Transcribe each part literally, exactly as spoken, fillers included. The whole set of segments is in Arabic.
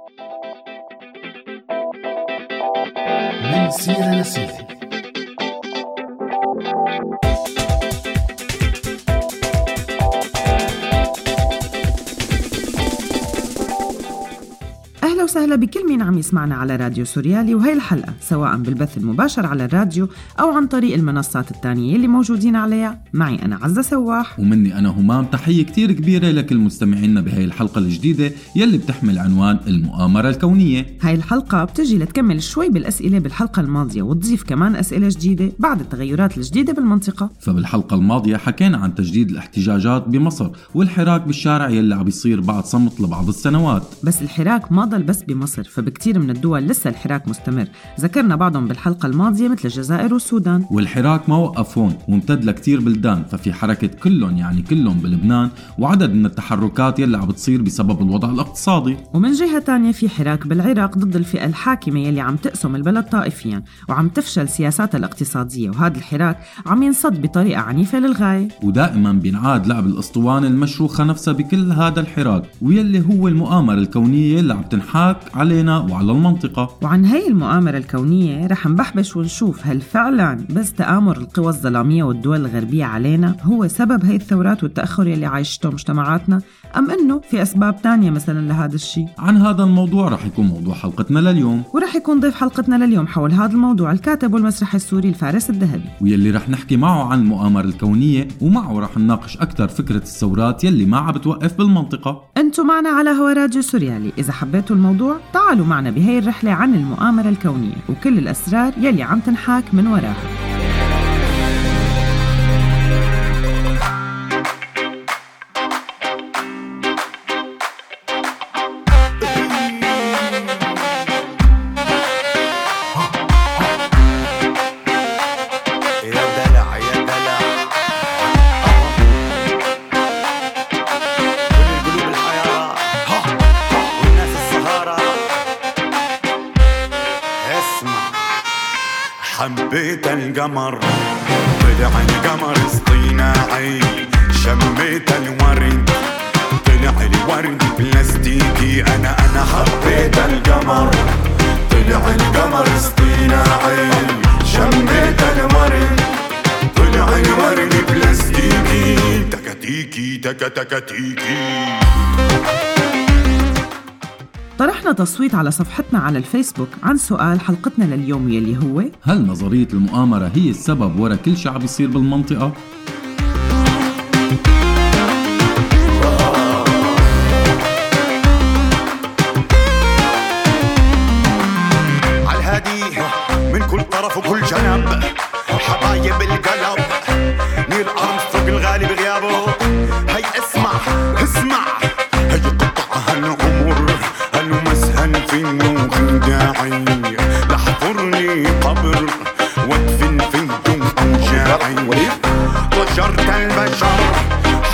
من سيرة لسيرة. أهلا وسهلا بكل مين عم يسمعنا على راديو سوريالي، وهي الحلقة سواء بالبث المباشر على الراديو أو عن طريق المنصات التانية اللي موجودين عليها. معي أنا عزة سواح، ومني أنا همام. تحية كتير كبيرة لكل مستمعينا بهاي الحلقة الجديدة يلي بتحمل عنوان المؤامرة الكونية. هاي الحلقة بتجي لتكمل شوي بالأسئلة بالحلقة الماضية وتضيف كمان أسئلة جديدة بعد التغيرات الجديدة بالمنطقة. فبالحلقة الماضية حكينا عن تجديد الاحتجاجات بمصر والحراك بالشارع يلي عم يصير بعد صمت لبعض السنوات. بس الحراك ما ضل بس بمصر، فبكتير من الدول لسه الحراك مستمر، ذكرنا بعضهم بالحلقة الماضية مثل الجزائر والسودان. والحراك ما وقف هون وامتد لكتير بلدان، ففي حركة كلهم يعني كلهم بلبنان، وعدد من التحركات يلي عم بتصير بسبب الوضع الاقتصادي. ومن جهة تانية في حراك بالعراق ضد الفئة الحاكمة يلي عم تقسم البلد طائفيا وعم تفشل سياساتها الاقتصادية، وهذا الحراك عم ينصد بطريقة عنيفة للغاية. ودائما بينعاد لعب الاسطوانة المشروخة نفسها بكل هذا الحراك، ويلي هو المؤامرة الكونية اللي عم تنحاك علينا وعلى المنطقة. وعن هاي المؤامرة الكونية رح نبحبش ونشوف هل فعلا بس تآمر القوى الظلامية والدول الغربية علينا هو سبب هاي الثورات والتأخر يلي عايشته مجتمعاتنا، أم إنه في أسباب تانية مثلا لهذا الشيء. عن هذا الموضوع رح يكون موضوع حلقتنا لليوم، ورح يكون ضيف حلقتنا لليوم حول هذا الموضوع الكاتب والمسرح السوري الفارس الذهبي، ويلي رح نحكي معه عن المؤامرة الكونية، ومعه رح نناقش أكثر فكرة الثورات يلي ما عم بتوقف بالمنطقة. أنتوا معنا على هوا راديو سوريالي. إذا حبيتوا الموضوع تعالوا معنا بهاي الرحلة عن المؤامرة الكونية وكل الأسرار يلي عم تنحاك من وراها. حبيت القمر طلع القمر اصطناعي، شميت الورد طلع الورد بلاستيكي. انا انا حبيت القمر طلع القمر اصطناعي، شميت الورد طلع الورد بلاستيكي. تكتيكي تك تكتيكي. طرحنا تصويت على صفحتنا على الفيسبوك عن سؤال حلقتنا لليوم يلي هو: هل نظرية المؤامرة هي السبب وراء كل شيء عم بيصير بالمنطقة؟ على الهادي من كل طرف وكل جنب، حبايب القلب نيل أرمسترونغ الغالي بغيابه. هي اسمع اسمع، هي قطع هالعمر هالمسهن فيه خداعي، لحفرني قبر وادفن فيه اوجاعي. ضجرت البشر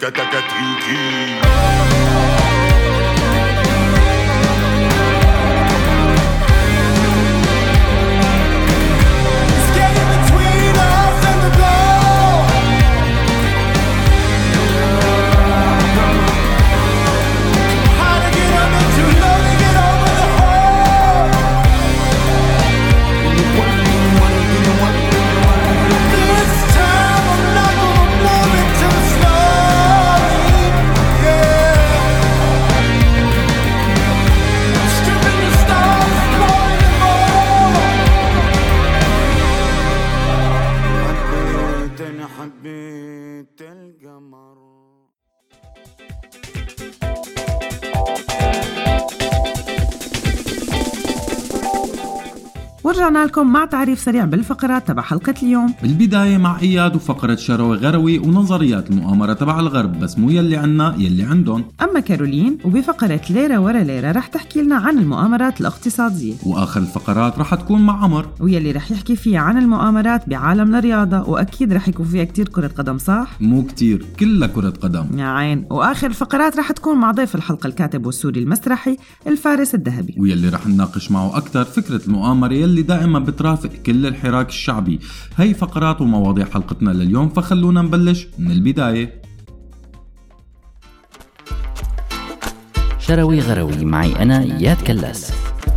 تكا تكا تيكي. ورجعنا لكم مع تعريف سريع بالفقرات تبع حلقة اليوم. بالبداية مع إياد وفقرة شروي غروي ونظريات المؤامرة تبع الغرب، بس مو يلي عنا يلي عندهم. أما كارولين وبفقرة ليرة ورا ليرة رح تحكي لنا عن المؤامرات الاقتصادية. وآخر الفقرات رح تكون مع عمر ويلي رح يحكي فيها عن المؤامرات بعالم الرياضة، وأكيد رح يكون فيها كتير كرة قدم، صح؟ مو كتير، كلها كرة قدم يا عين. وآخر الفقرات رح تكون مع ضيف الحلقة الكاتب والسوري المسرحي الفارس الذهبي، ويلي رح نناقش معه أكتر فكرة المؤامرة يلي دائما بترافق كل الحراك الشعبي. هاي فقرات ومواضيع حلقتنا لليوم، فخلونا نبلش من البداية. شروي غروي معي أنا إياد كلاس.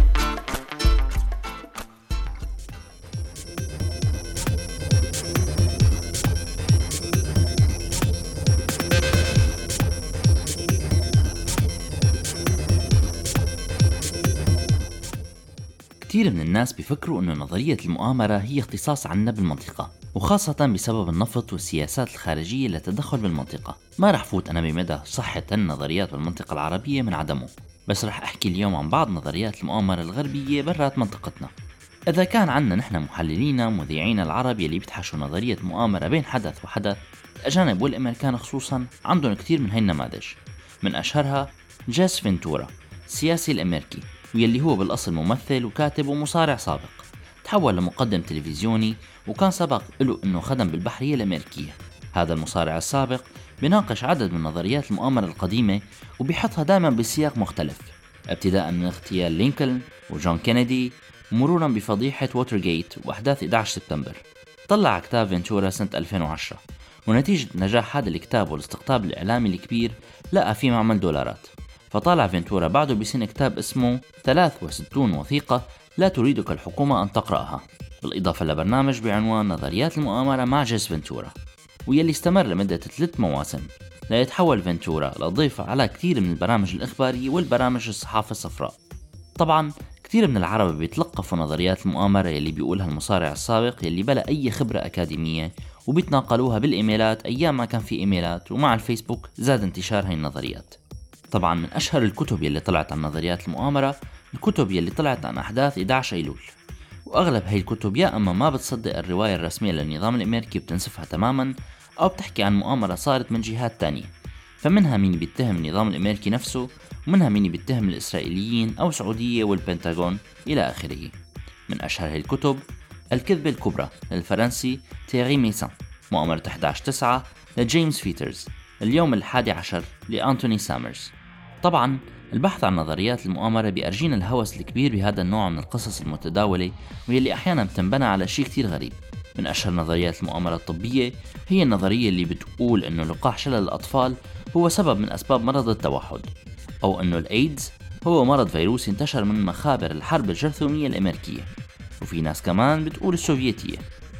كثير من الناس بيفكروا أنه نظرية المؤامرة هي اختصاص عنا بالمنطقة، وخاصة بسبب النفط والسياسات الخارجية للتدخل بالمنطقة. ما رح فوت أنا بمدى صحة النظريات بالمنطقة العربية من عدمه، بس رح أحكي اليوم عن بعض نظريات المؤامرة الغربية برات منطقتنا. إذا كان عنا نحن محللين ومذيعين العرب يلي بيتحشوا نظرية مؤامرة بين حدث وحدث، الأجانب والأمريكان خصوصا عندهم كثير من هاي النماذج. من أشهرها جيس فينتورا، السياسي الأمريكي، ويلي هو بالأصل ممثل وكاتب ومصارع سابق، تحول لمقدم تلفزيوني وكان سبق له أنه خدم بالبحرية الأمريكية. هذا المصارع السابق بيناقش عدد من نظريات المؤامرة القديمة وبيحطها دائما بسياق مختلف، ابتداء من اغتيال لينكولن وجون كينيدي مرورا بفضيحة ووترغيت وأحداث إحدى عشر سبتمبر. طلع كتاب فينتورا سنة ألفين وعشرة، ونتيجة نجاح هذا الكتاب والاستقطاب الإعلامي الكبير لقى فيه معمل دولارات. فطالع فينتورا بعده بسنة كتاب اسمه ثلاث وستين وثيقة لا تريدك الحكومة أن تقرأها، بالإضافة لبرنامج بعنوان نظريات المؤامرة مع جيس فينتورا، ويلي استمر لمدة ثلاث مواسم، ليتحول فينتورا لضيف على كثير من البرامج الإخبارية والبرامج الصحافة الصفراء. طبعا كثير من العرب بيتلقفوا نظريات المؤامرة يلي بيقولها المصارع السابق يلي بلا أي خبرة أكاديمية، وبيتناقلوها بالإيميلات أيام ما كان في إيميلات، ومع الفيسبوك زاد انتشار هاي النظريات. طبعا من أشهر الكتب يلي طلعت عن نظريات المؤامرة الكتب يلي طلعت عن أحداث إحدى عشر أيلول، وأغلب هاي الكتب يا أما ما بتصدق الرواية الرسمية للنظام الأمريكي بتنسفها تماما، أو بتحكي عن مؤامرة صارت من جهات تانية. فمنها مين بيتهم النظام الأمريكي نفسه، ومنها مين بيتهم الإسرائيليين أو سعودية والبنتاغون إلى آخره. من أشهر هاي الكتب الكذبة الكبرى للفرنسي تيري ميسان، مؤامرة إحدى عشر تسعة لجيمس فيترز، اليوم الحادي عشر لأنتوني سامرز. طبعا البحث عن نظريات المؤامرة بيأرجينا الهوس الكبير بهذا النوع من القصص المتداولة، واللي أحيانا بتنبنى على شيء كتير غريب. من أشهر نظريات المؤامرة الطبية هي النظرية اللي بتقول إنه لقاح شلل الأطفال هو سبب من أسباب مرض التوحد، أو إنه الإيدز هو مرض فيروسي انتشر من مخابر الحرب الجرثومية الأمريكية، وفي ناس كمان بتقول السوفيتية.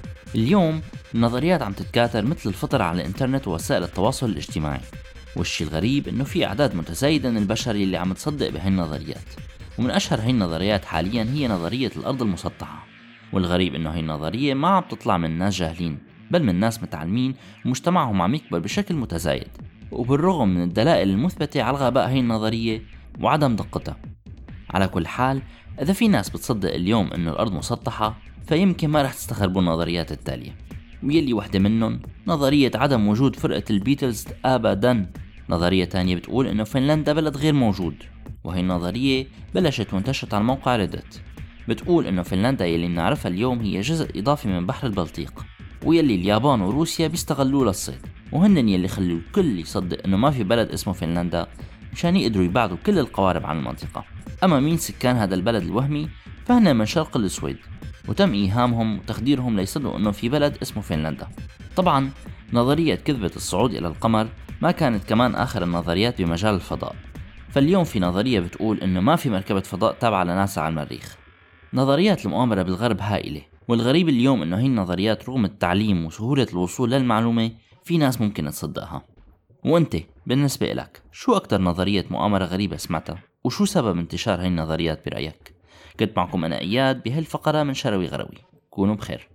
اليوم النظريات عم تتكاثر مثل الفطر على الإنترنت ووسائل التواصل الاجتماعي، والشي الغريب إنه في أعداد متزايدة من البشر اللي عم تصدق بهاي النظريات. ومن أشهر هاي النظريات حاليا هي نظرية الأرض المسطحة، والغريب إنه هاي النظرية ما عم تطلع من ناس جاهلين، بل من ناس متعلمين ومجتمعهم عم يكبر بشكل متزايد، وبالرغم من الدلائل المثبتة على غباء هاي النظرية وعدم دقتها. على كل حال، إذا في ناس بتصدق اليوم إنه الأرض مسطحة، فيمكن ما رح تستغربوا النظريات التالية، ويلي واحدة منهم نظرية عدم وجود فرقة البيتلز أبداً. نظرية تانية بتقول إنه فنلندا بلد غير موجود، وهي النظرية بلشت وانتشرت على موقع ريدت. بتقول إنه فنلندا يلي نعرفها اليوم هي جزء إضافي من بحر البلطيق، ويلي اليابان وروسيا بيستغلوه للصيد. وهن يلي خلوا الكل يصدق انه ما في بلد اسمه فنلندا مشان يقدروا يبعدوا كل القوارب عن المنطقة. اما مين سكان هذا البلد الوهمي فهن من شرق السويد، وتم ايهامهم وتخديرهم ليصدقوا انه في بلد اسمه فنلندا. طبعا نظرية كذبة الصعود الى القمر ما كانت كمان اخر النظريات بمجال الفضاء، فاليوم في نظرية بتقول انه ما في مركبة فضاء تابعة لناسا على المريخ. نظريات المؤامرة بالغرب هائلة، والغريب اليوم انه هي النظريات رغم التعليم وسهولة الوصول للمعلومة في ناس ممكن تصدقها. وانت بالنسبة لك شو اكتر نظرية مؤامرة غريبة سمعتها، وشو سبب انتشار هاي النظريات برأيك؟ كنت معكم انا اياد بهالفقرة من شروي غروي، كونوا بخير.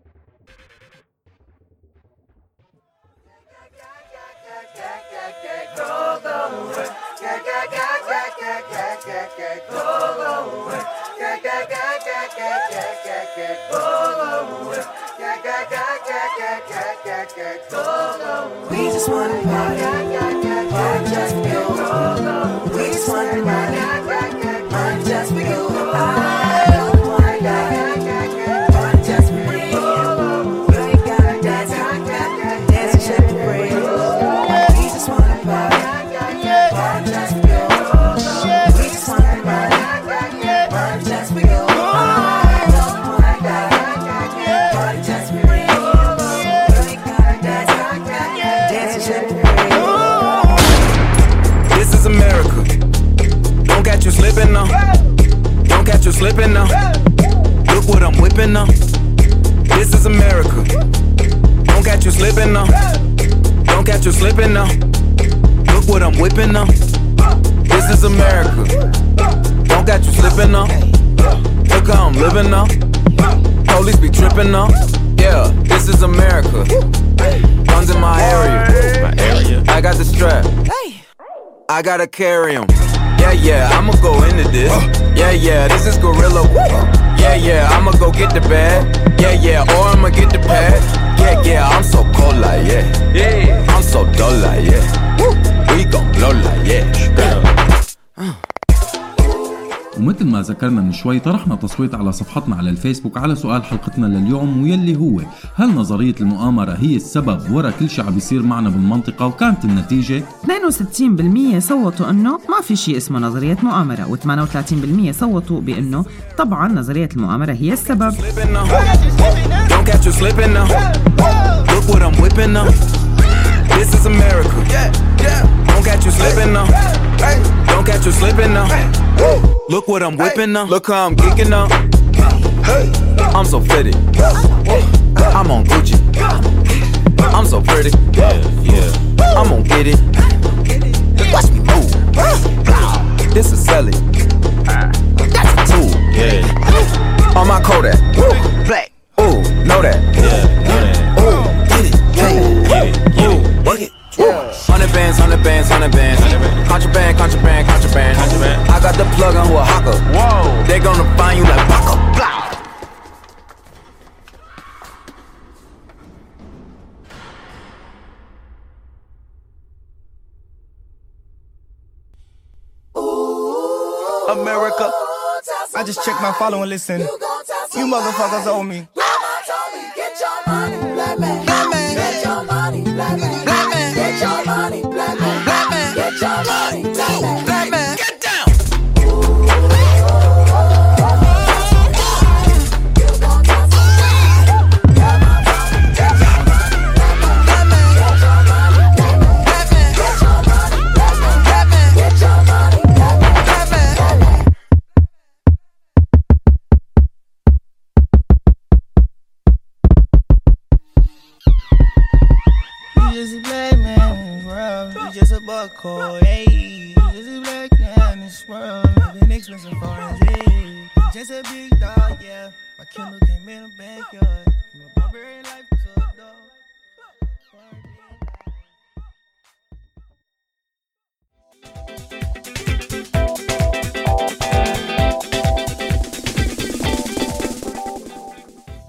We just wanna party, party just for you. We just wanna party, party just for you. I don't wanna die, party just for you. You ain't gotta dance, dance and shake your brain. We just wanna party, party just for you. We just wanna party, party just for you. I don't wanna die, party just for you. This is America. Don't catch you slipping now. Don't catch you slipping now. Look what I'm whipping now. This is America. Don't catch you slipping now. Don't catch you slipping now. Look what I'm whipping now. This is America. Don't catch you slipping now. Look how I'm living now. Police be tripping now. Yeah, this is America. Guns in my area. My area. I got the strap. I gotta carry 'em. Yeah, yeah, I'ma go into this. Yeah, yeah, this is gorilla. Yeah, yeah, I'ma go get the bag. Yeah, yeah, or I'ma get the pad. Yeah, yeah, I'm so cold like yeah. Yeah, I'm so dull like yeah. We gon' blow like yeah. ومثل ما ذكرنا من شوي طرحنا تصويت على صفحتنا على الفيسبوك على سؤال حلقتنا لليوم، ويلي هو هل نظرية المؤامرة هي السبب وراء كل شيء عم بيصير معنا بالمنطقة؟ وكانت النتيجة اثنين وستين بالمية صوتوا انه ما في شيء اسمه نظرية مؤامرة، وثمانية وثلاثين بالمية صوتوا بانه طبعا نظرية المؤامرة هي السبب. Don't catch you slipping now. Look what I'm whipping now. This is America. Don't catch you slipping now. Don't catch you slipping now. Look what I'm whipping now. Look how I'm geeking now. I'm so pretty. I'm on Gucci. I'm so pretty. I'm gonna get it. Watch me move. This is Sally. That's a tool. On my Kodak. Black. Ooh, know that. Ooh, get it. Get it. Ooh, work it. Hundred bands, hundred bands, hundred bands. Contraband, contraband, contraband. I got the plug on who a hawker. Whoa, they gonna find you like Paco. America, I just checked my follow and listen. You motherfuckers owe me. Get your money, black man. Black man. Get your money, black man. Black man. Get your money, black man. Black man. Get your money, black man. Black man, get down. Cold, hey, this is black man in this world, living expensive foreign, hey. Just a big dog, yeah. My Kindle came in the backyard. From a barbarian life to a dog.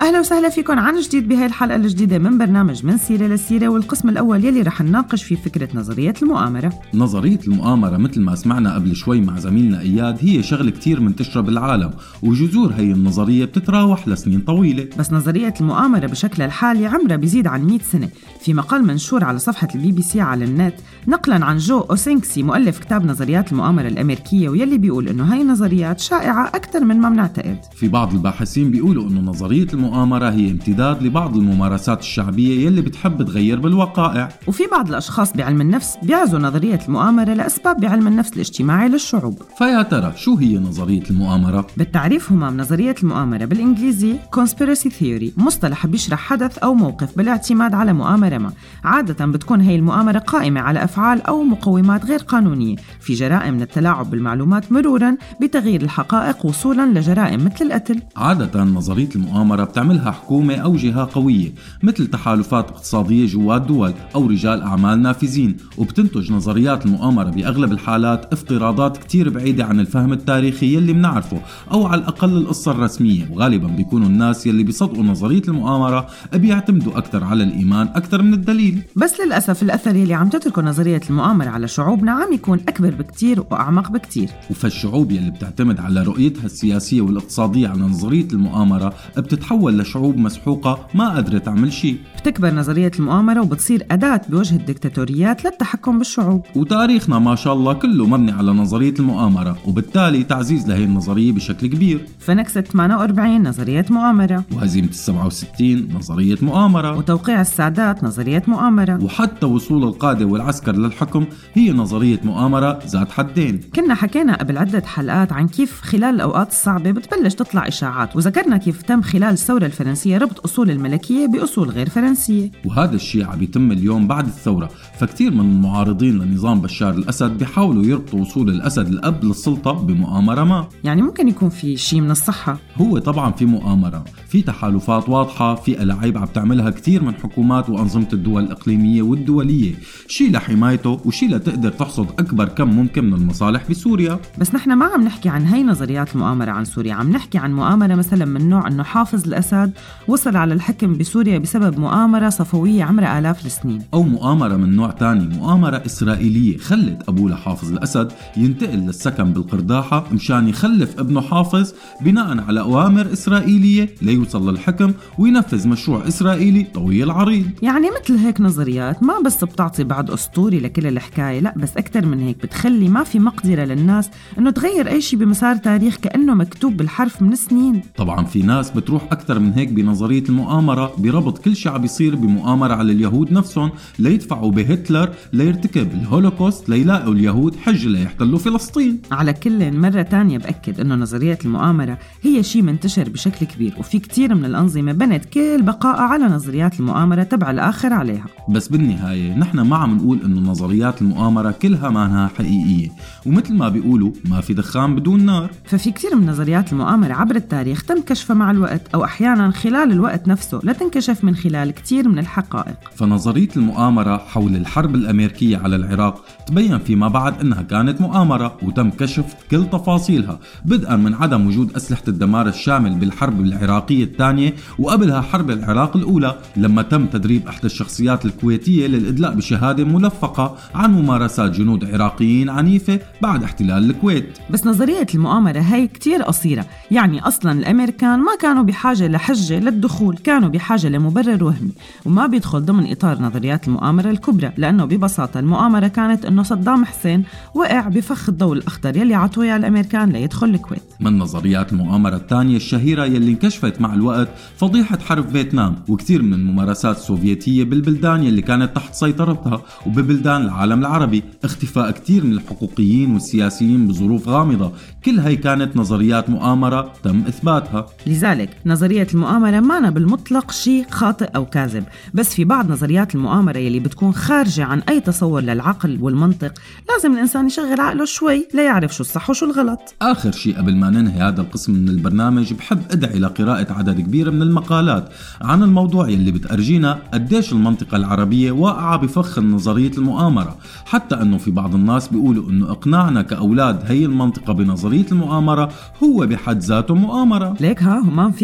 أهلا وسهلا فيكم عن جديد بهاي الحلقة الجديدة من برنامج من سيرة لسيرة، والقسم الأول يلي رح نناقش فيه فكرة نظرية المؤامرة. نظرية المؤامرة مثل ما سمعنا قبل شوي مع زميلنا إياد هي شغلة كتير منتشرة بالعالم، وجذور هي النظرية بتتراوح لسنين طويلة. بس نظرية المؤامرة بشكلها الحالي عمرها بيزيد عن مئة سنة. في مقال منشور على صفحة البي بي سي على النت نقلا عن جو أوسينكسي مؤلف كتاب نظريات المؤامرة الأمريكية، ويلي بيقول إنه هاي نظريات شائعة أكثر من ما بنعتقد. في بعض الباحثين بيقولوا إنه نظرية المؤامرة هي امتداد لبعض الممارسات الشعبية يلي بتحب تغير بالوقائع. وفي بعض الأشخاص بعلم النفس بيعزوا نظرية المؤامرة لأسباب بعلم النفس الاجتماعي للشعوب. فيا ترى شو هي نظرية المؤامرة؟ بالتعريف همام نظرية المؤامرة بالإنجليزي conspiracy theory، مصطلح بيشرح حدث أو موقف بالاعتماد على مؤامرة ما. عادة بتكون هي المؤامرة قائمة على أفعال أو مقومات غير قانونية في جرائم من التلاعب بالمعلومات مرورا بتغيير الحقائق وصولا لجرائم مثل القتل. عادة نظرية المؤامرة بتعملها حكومة أو جهة قوية مثل تحالفات اقتصادية جوات دول أو رجال أعمال نافذين، وبتنتج نظريات المؤامرة بأغلب الحالات افتراضات كتير بعيدة عن الفهم التاريخي يلي منعرفه أو على الأقل القصة الرسمية، وغالبا بيكونوا الناس يلي بيصدقوا نظرية المؤامرة بيعتمدوا أكثر على الإيمان أكثر من الدليل. بس للأسف الأثر يلي عم تتركه نظرية المؤامرة على شعوبنا عم يكون أكبر بكتير وأعمق بكتير. وفالشعوب يلي بتعتمد على رؤيتها السياسية والاقتصادية على نظرية المؤامرة بتتحول لشعوب مسحوقة ما قدرت تعمل شيء. بتكبر نظرية المؤامرة وبتصير أداة بوجه الدكتاتوريات للتحكم بالشعوب. وتاريخنا ما شاء الله كله مبني على نظرية المؤامرة، وبالتالي تعزيز لهي النظرية بشكل كبير. فنكسة ثمانية وأربعين نظرية مؤامرة، وهزيمة السبعة وستين نظرية مؤامرة، وتوقيع السادات نظرية مؤامرة، وحتى وصول القادة والعسكر للحكم هي نظرية مؤامرة ذات حدين. كنا حكينا قبل عدة حلقات عن كيف خلال الأوقات الصعبة بتبلش تطلع إشاعات، وذكرنا كيف تم خلال الثورة الفرنسية ربط أصول الملكية بأصول غير فرنسية. وهذا الشيء عم يتم اليوم بعد الثورة، فكتير من المعارضين لنظام بشار الأسد بيحاولوا يربطوا وصول الأسد الأب للسلطة بمؤامرة ما. يعني ممكن يكون في شيء من الصحة. هو طبعا في مؤامرة، في تحالفات واضحة، في ألاعيب عم تعملها كتير من حكومات وأنظمة الدول الإقليمية والدولية، شيء لحمايته وشيء لتقدر تحصد أكبر كم ممكن من المصالح بسوريا. بس نحن ما عم نحكي عن هاي نظريات المؤامرة عن سوريا، عم نحكي عن مؤامرة مثلا من نوع أنه حافظ الأسد وصل على الحكم بسوريا بسبب مؤامرة صفوية عمرها آلاف السنين، أو مؤامرة من نوع تاني، مؤامرة إسرائيلية خلت أبوه لحافظ الأسد ينتقل للسكن بالقرداحة مشان يخلف ابنه حافظ بناء على أوامر إسرائيلية ليوصل للحكم وينفذ مشروع إسرائيلي طويل عريض. يعني مثل هيك نظريات ما بس بتعطي بعد أسطوري لكل الحكاية، لا بس أكتر من هيك بتخلي ما في مقدرة للناس أنه تغير أي شيء بمسار تاريخ كأنه مكتوب بالحرف من سنين. طبعا في ناس بتروح أكتر من هيك بنظرية المؤامرة بربط كل شيء عم بيصير بمؤامرة على اليهود نفسهم ليدفعوا بهتلر ليرتكب الهولوكوست ليلاقوا اليهود حج ليحتلوا فلسطين. على كل مرة تانية بأكد أنه نظرية المؤامرة هي شيء منتشر بشكل كبير، وفي كتير من الأنظمة بنت كل بقاء على نظريات المؤامرة تبع الآخر عليها. بس بالنهاية نحن ما عم نقول أنه نظريات المؤامرة كلها مانها حقيقية، ومثل ما بيقولوا ما في دخان بدون نار. ففي كتير من نظريات المؤامرة عبر التاريخ تم كشفها مع الوقت أو أحيانا خلال الوقت نفسه لتنكشف من خلال كتير من الحقائق. فنظرية المؤامرة حول الحرب الأمريكية على العراق تبين فيما بعد أنها كانت مؤامرة وتم كشف كل تفاصيلها، بدءا من عدم وجود أسلحة الدمار الشامل بالحرب العراقية الثانية، وقبلها حرب العراق الأولى لما تم تدريب إحدى الشخصيات الكويتية للإدلاء بشهادة ملفقة عن ممارسات جنود عراقيين عنيفة بعد احتلال الكويت. بس نظرية المؤامرة هاي كتير قصيرة، يعني أصلا الأمريكان ما كانوا بحاجة لحجة للدخول، كانوا بحاجة لمبرر وهمي، وما بيدخل ضمن إطار نظريات المؤامرة الكبرى، لأنه ببساطة المؤامرة كانت أنه صدام حسين وقع بفخ الضوء الأخضر يلي عطوه على الأمريكان ليدخل الكويت. من نظريات المؤامرة الثانية الشهيرة يلي انكشفت مع الوقت فضيحة حرب فيتنام، وكثير من الممارسات السوفيتية بالبلدان يلي كانت تحت سيطرتها وببلدان العالم العربي، اختفاء كثير من الحقوقيين والسياسيين بظروف غامضة، كل هاي كانت نظريات مؤامرة تم إثباتها. لذلك نظرية المؤامرة مانا بالمطلق شيء خاطئ أو كاذب، بس في بعض نظريات المؤامرة يلي بتكون خارجة عن أي تصور للعقل والمنطق لازم الإنسان يشغل عقله شوي ليعرف شو الصح وشو الغلط. آخر شيء قبل ما ننهي هذا القسم من البرنامج بحب أدعي لقراءة عدد كبير من المقالات عن الموضوع يلي بتأرجينا قديش المنطقة العربية واقعة بفخ نظرية المؤامرة، حتى أنه في بعض الناس بيقولوا أنه إقناعنا كأولاد هي المنطقة بنظرية المؤامرة هو بحد ذاته مؤامرة. ليك ها همام فيها وجهة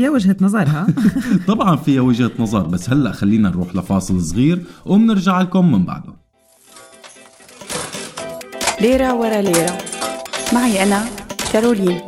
نظرها. طبعا فيها وجهة نظر، بس هلأ خلينا نروح لفاصل صغير ومنرجع لكم من بعده. ليرة ورا ليرة، معي أنا كارولين.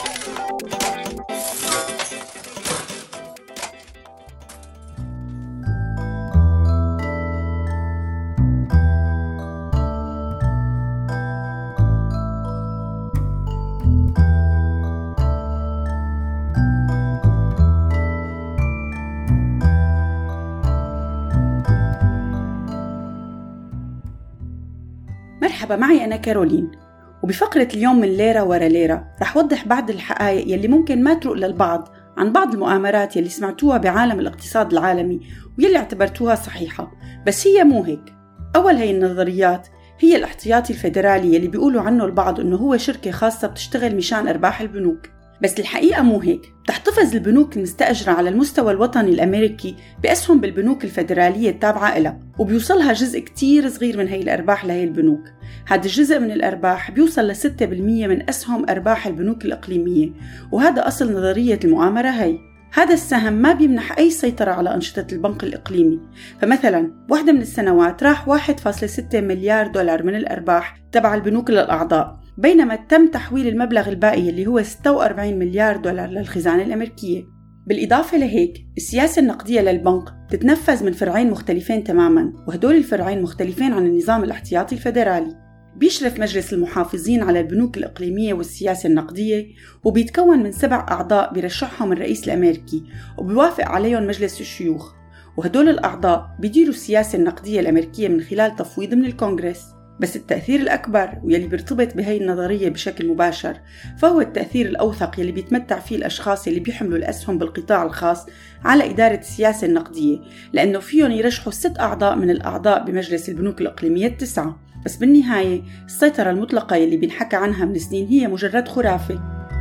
مرحبا، معي أنا كارولين، وبفقرة اليوم من ليرة ورا ليرة رح وضح بعض الحقائق يلي ممكن ما تروق للبعض عن بعض المؤامرات يلي سمعتوها بعالم الاقتصاد العالمي ويلي اعتبرتوها صحيحة، بس هي مو هيك. أول هاي النظريات هي الاحتياطي الفيدرالي يلي بيقولوا عنه البعض إنه هو شركة خاصة بتشتغل مشان أرباح البنوك، بس الحقيقة مو هيك. بتحتفظ البنوك المستأجرة على المستوى الوطني الأمريكي بأسهم بالبنوك الفيدرالية التابعة إلها، وبيوصلها جزء كتير صغير من هاي الأرباح لهي البنوك. هذا الجزء من الأرباح بيوصل لستة بالمية من أسهم أرباح البنوك الإقليمية، وهذا أصل نظرية المؤامرة هاي. هذا السهم ما بيمنح أي سيطرة على أنشطة البنك الإقليمي، فمثلا واحدة من السنوات راح واحد فاصلة ستة مليار دولار من الأرباح تبع البنوك للأعضاء، بينما تم تحويل المبلغ الباقي اللي هو ستة وأربعين مليار دولار للخزانة الأمريكية. بالإضافة لهيك السياسة النقدية للبنك تتنفذ من فرعين مختلفين تماما، وهدول الفرعين مختلفين عن النظام الاحتياطي الفيدرالي. بيشرف مجلس المحافظين على البنوك الإقليمية والسياسة النقدية، وبيتكون من سبع أعضاء بيرشحهم الرئيس الأمريكي وبيوافق عليهم مجلس الشيوخ، وهدول الأعضاء بيديروا السياسة النقدية الأمريكية من خلال تفويض من الكونغرس. بس التأثير الأكبر واللي بيرتبط بهاي النظرية بشكل مباشر فهو التأثير الأوثق يلي بيتمتع فيه الأشخاص يلي بيحملوا الأسهم بالقطاع الخاص على إدارة السياسة النقدية، لأنه فيهم يرشحوا ست أعضاء من الأعضاء بمجلس البنوك الإقليمية التسعة. بس بالنهاية السيطرة المطلقة يلي بنحكى عنها من سنين هي مجرد خرافة.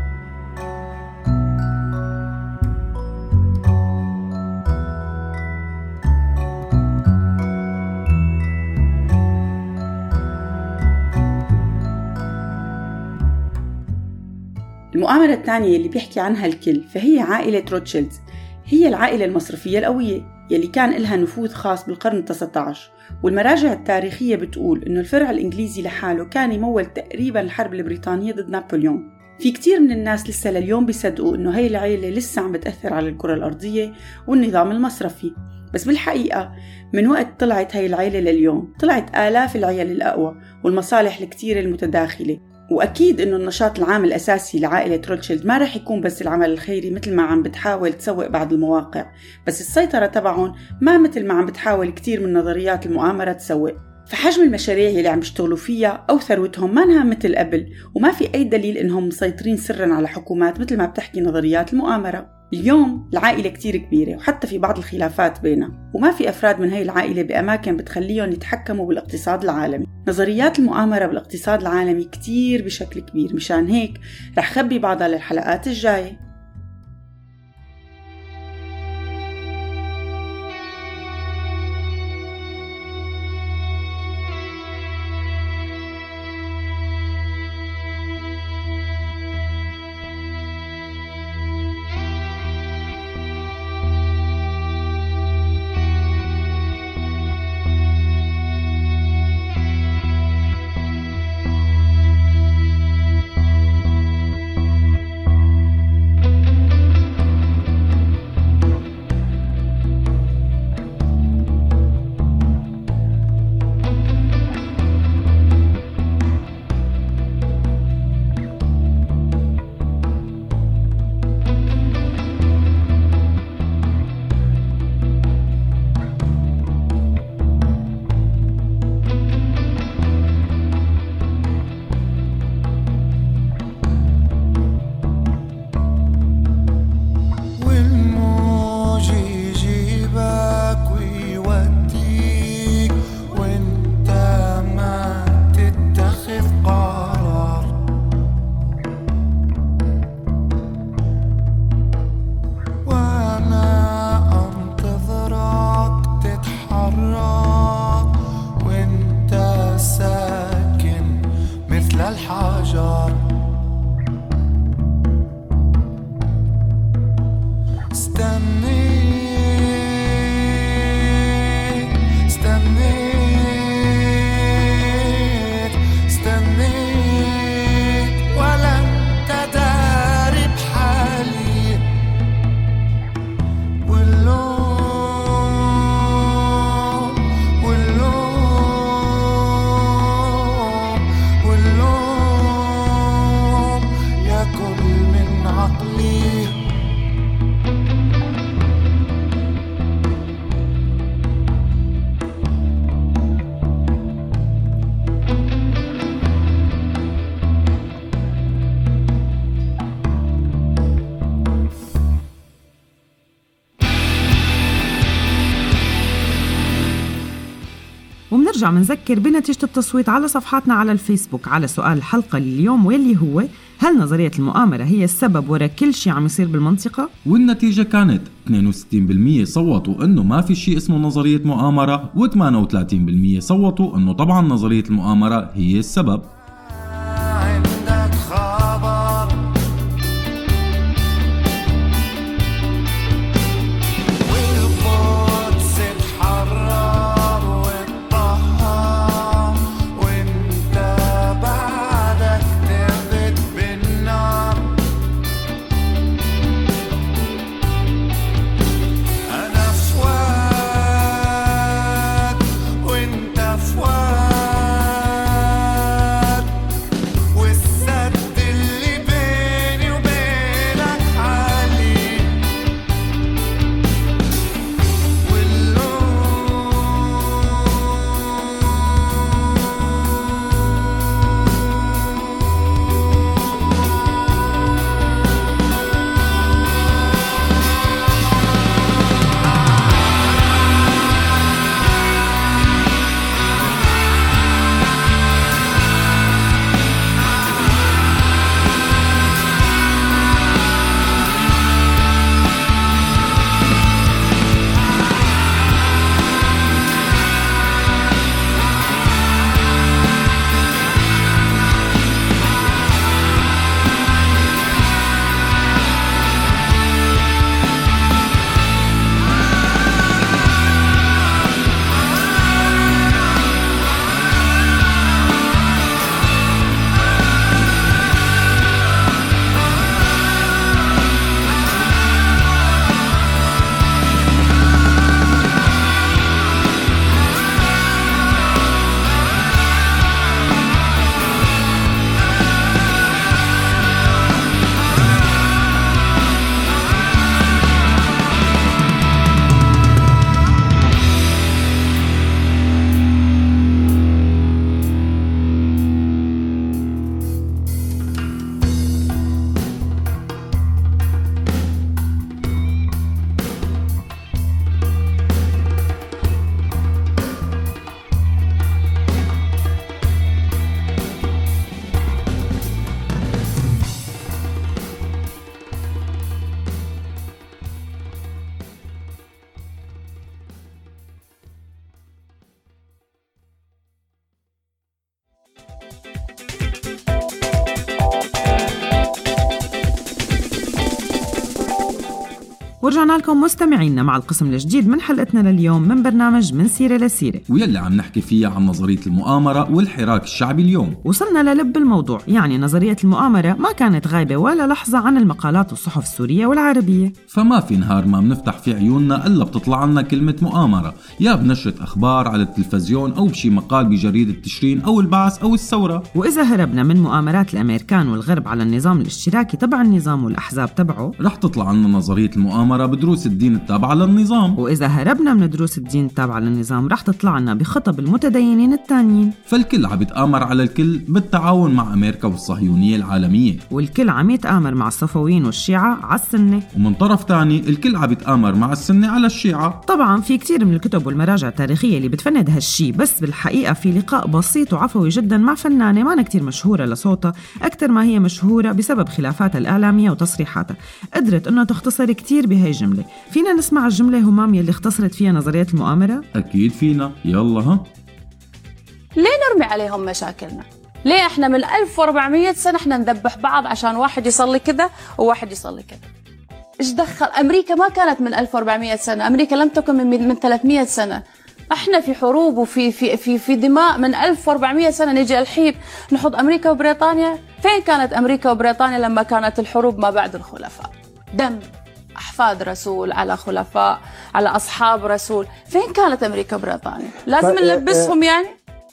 المؤامرة الثانية اللي بيحكي عنها الكل فهي عائلة روتشيلدز. هي العائلة المصرفية القوية يلي كان لها نفوذ خاص بالقرن التاسع عشر، والمراجع التاريخية بتقول إنه الفرع الإنجليزي لحاله كان يمول تقريباً الحرب البريطانية ضد نابليون. في كتير من الناس لسه لليوم بيصدقوا إنه هاي العائلة لسه عم بتأثر على الكرة الأرضية والنظام المصرفي، بس بالحقيقة من وقت طلعت هاي العائلة لليوم طلعت آلاف العيال الأقوى والمصالح الكتير المتداخلة. وأكيد إنه النشاط العام الأساسي لعائلة روتشيلد ما رح يكون بس العمل الخيري مثل ما عم بتحاول تسوق بعض المواقع، بس السيطرة تبعهم ما مثل ما عم بتحاول كتير من نظريات المؤامرة تسوق. فحجم المشاريع اللي عم يشتغلوا فيها أو ثروتهم ما انها مثل قبل، وما في أي دليل إنهم مسيطرين سراً على حكومات مثل ما بتحكي نظريات المؤامرة. اليوم العائلة كتير كبيرة وحتى في بعض الخلافات بينها، وما في أفراد من هاي العائلة بأماكن بتخليهم يتحكموا بالاقتصاد العالمي. نظريات المؤامرة بالاقتصاد العالمي كتير بشكل كبير، مشان هيك رح خبي بعضها للحلقات الجاية. وبنرجع منذكر بنتيجة التصويت على صفحاتنا على الفيسبوك على سؤال الحلقة اليوم، واللي هو: هل نظرية المؤامرة هي السبب وراء كل شيء عم يصير بالمنطقة؟ والنتيجة كانت اثنين وستين بالمية صوتوا انه ما في شيء اسمه نظرية مؤامرة، و ثمانية وثلاثين بالمية صوتوا انه طبعا نظرية المؤامرة هي السبب. ورجعنا لكم مستمعينا مع القسم الجديد من حلقتنا لليوم من برنامج من سيرة لسيرة، ويلي عم نحكي فيها عن نظرية المؤامرة والحراك الشعبي اليوم. وصلنا للب الموضوع، يعني نظرية المؤامرة ما كانت غايبة ولا لحظة عن المقالات والصحف السورية والعربية، فما في نهار ما بنفتح في عيوننا إلا بتطلع لنا كلمة مؤامرة، يا بنشرة أخبار على التلفزيون أو بشي مقال بجريدة تشرين أو البعث أو الثورة. وإذا هربنا من مؤامرات الأمريكان والغرب على النظام الاشتراكي تبع النظام والأحزاب تبعه، رح تطلع لنا نظرية المؤامرة بدروس الدين التابعة للنظام. وإذا هربنا من دروس الدين التابعة للنظام رح تطلع لنا بخطب المتدينين التانيين. فالكل عم يتآمر على الكل بالتعاون مع أمريكا والصهيونية العالمية، والكل عم يتآمر مع الصفويين والشيعة على السنة، ومن طرف تاني الكل عم يتآمر مع السنة على الشيعة. طبعا في كتير من الكتب والمراجع التاريخية اللي بتفند هالشي، بس بالحقيقة في لقاء بسيط وعفوي جدا مع فنانة ما كتير مشهورة لصوتها أكتر ما هي مشهورة بسبب خلافاتها الإعلامية وتصريحاتها، قدرت أنه تختصر كتير بهاي الجملة. فينا نسمع الجملة همام يلي اختصرت فيها نظرية المؤامرة؟ أكيد فينا، يلا ها. ليه نرمي عليهم مشاكلنا؟ ليه احنا من ألف وأربعمية سنة احنا نذبح بعض عشان واحد يصلي كذا وواحد يصلي كذا؟ إيش دخل؟ أمريكا ما كانت من ألف وأربعمية سنة، أمريكا لم تكن من من ثلاثمية سنة. احنا في حروب وفي في في في دماء من ألف وأربعمية سنة. نجي الحين نحط أمريكا وبريطانيا، فين كانت أمريكا وبريطانيا لما كانت الحروب ما بعد الخلفاء؟ دم أحفاد رسول على خلفاء على أصحاب رسول، فين كانت أمريكا وبريطانيا؟ لازم نلبسهم يعني؟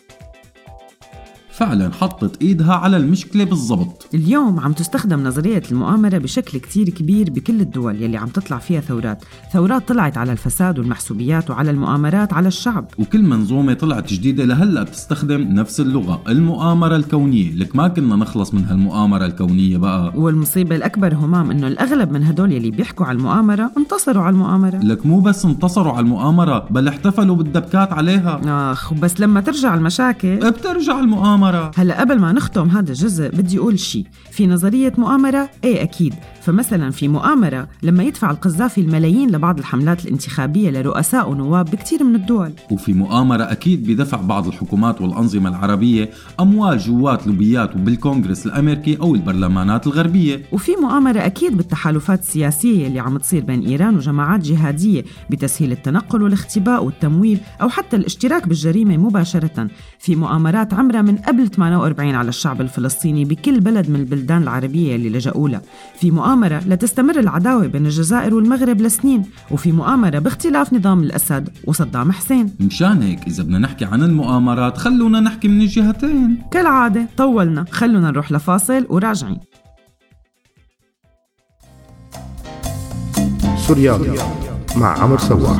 فعلا حطت ايدها على المشكلة بالضبط. اليوم عم تستخدم نظرية المؤامرة بشكل كتير كبير بكل الدول يلي عم تطلع فيها ثورات ثورات طلعت على الفساد والمحسوبيات وعلى المؤامرات على الشعب، وكل منظومة طلعت جديدة لهلأ بتستخدم نفس اللغة، المؤامرة الكونية. لك ما كنا نخلص من هالمؤامرة الكونية بقى. والمصيبة الأكبر همام إنه الأغلب من هدول يلي بيحكوا على المؤامرة انتصروا على المؤامرة. لك مو بس انتصروا على المؤامرة، بل احتفلوا بالدبكات عليها. آخ، بس لما ترجع المشاكل بترجع المؤامرة. هلأ قبل ما نختم هذا الجزء بدي أقول شيء، في نظرية مؤامرة إيه أكيد. فمثلا في مؤامرة لما يدفع القذافي الملايين لبعض الحملات الانتخابية لرؤساء ونواب بكتير من الدول. وفي مؤامرة أكيد بدفع بعض الحكومات والأنظمة العربية أموال جوات لوبيات وبالكونغرس الأمريكي أو البرلمانات الغربية. وفي مؤامرة أكيد بالتحالفات السياسية اللي عم تصير بين إيران وجماعات جهادية بتسهيل التنقل والاختباء والتمويل أو حتى الاشتراك بالجريمة مباشرة. في مؤامرات عمرها من قبل ثمانية وأربعين على الشعب الفلسطيني بكل بلد من البلدان العربية اللي لجأوا لها. في مؤامرة لتستمر العداوة بين الجزائر والمغرب لسنين. وفي مؤامرة باختلاف نظام الأسد وصدام حسين. مشان هيك إذا بدنا نحكي عن المؤامرات خلونا نحكي من الجهتين. كالعادة طولنا، خلونا نروح لفاصل وراجعين. سوريالي مع عمر سواح.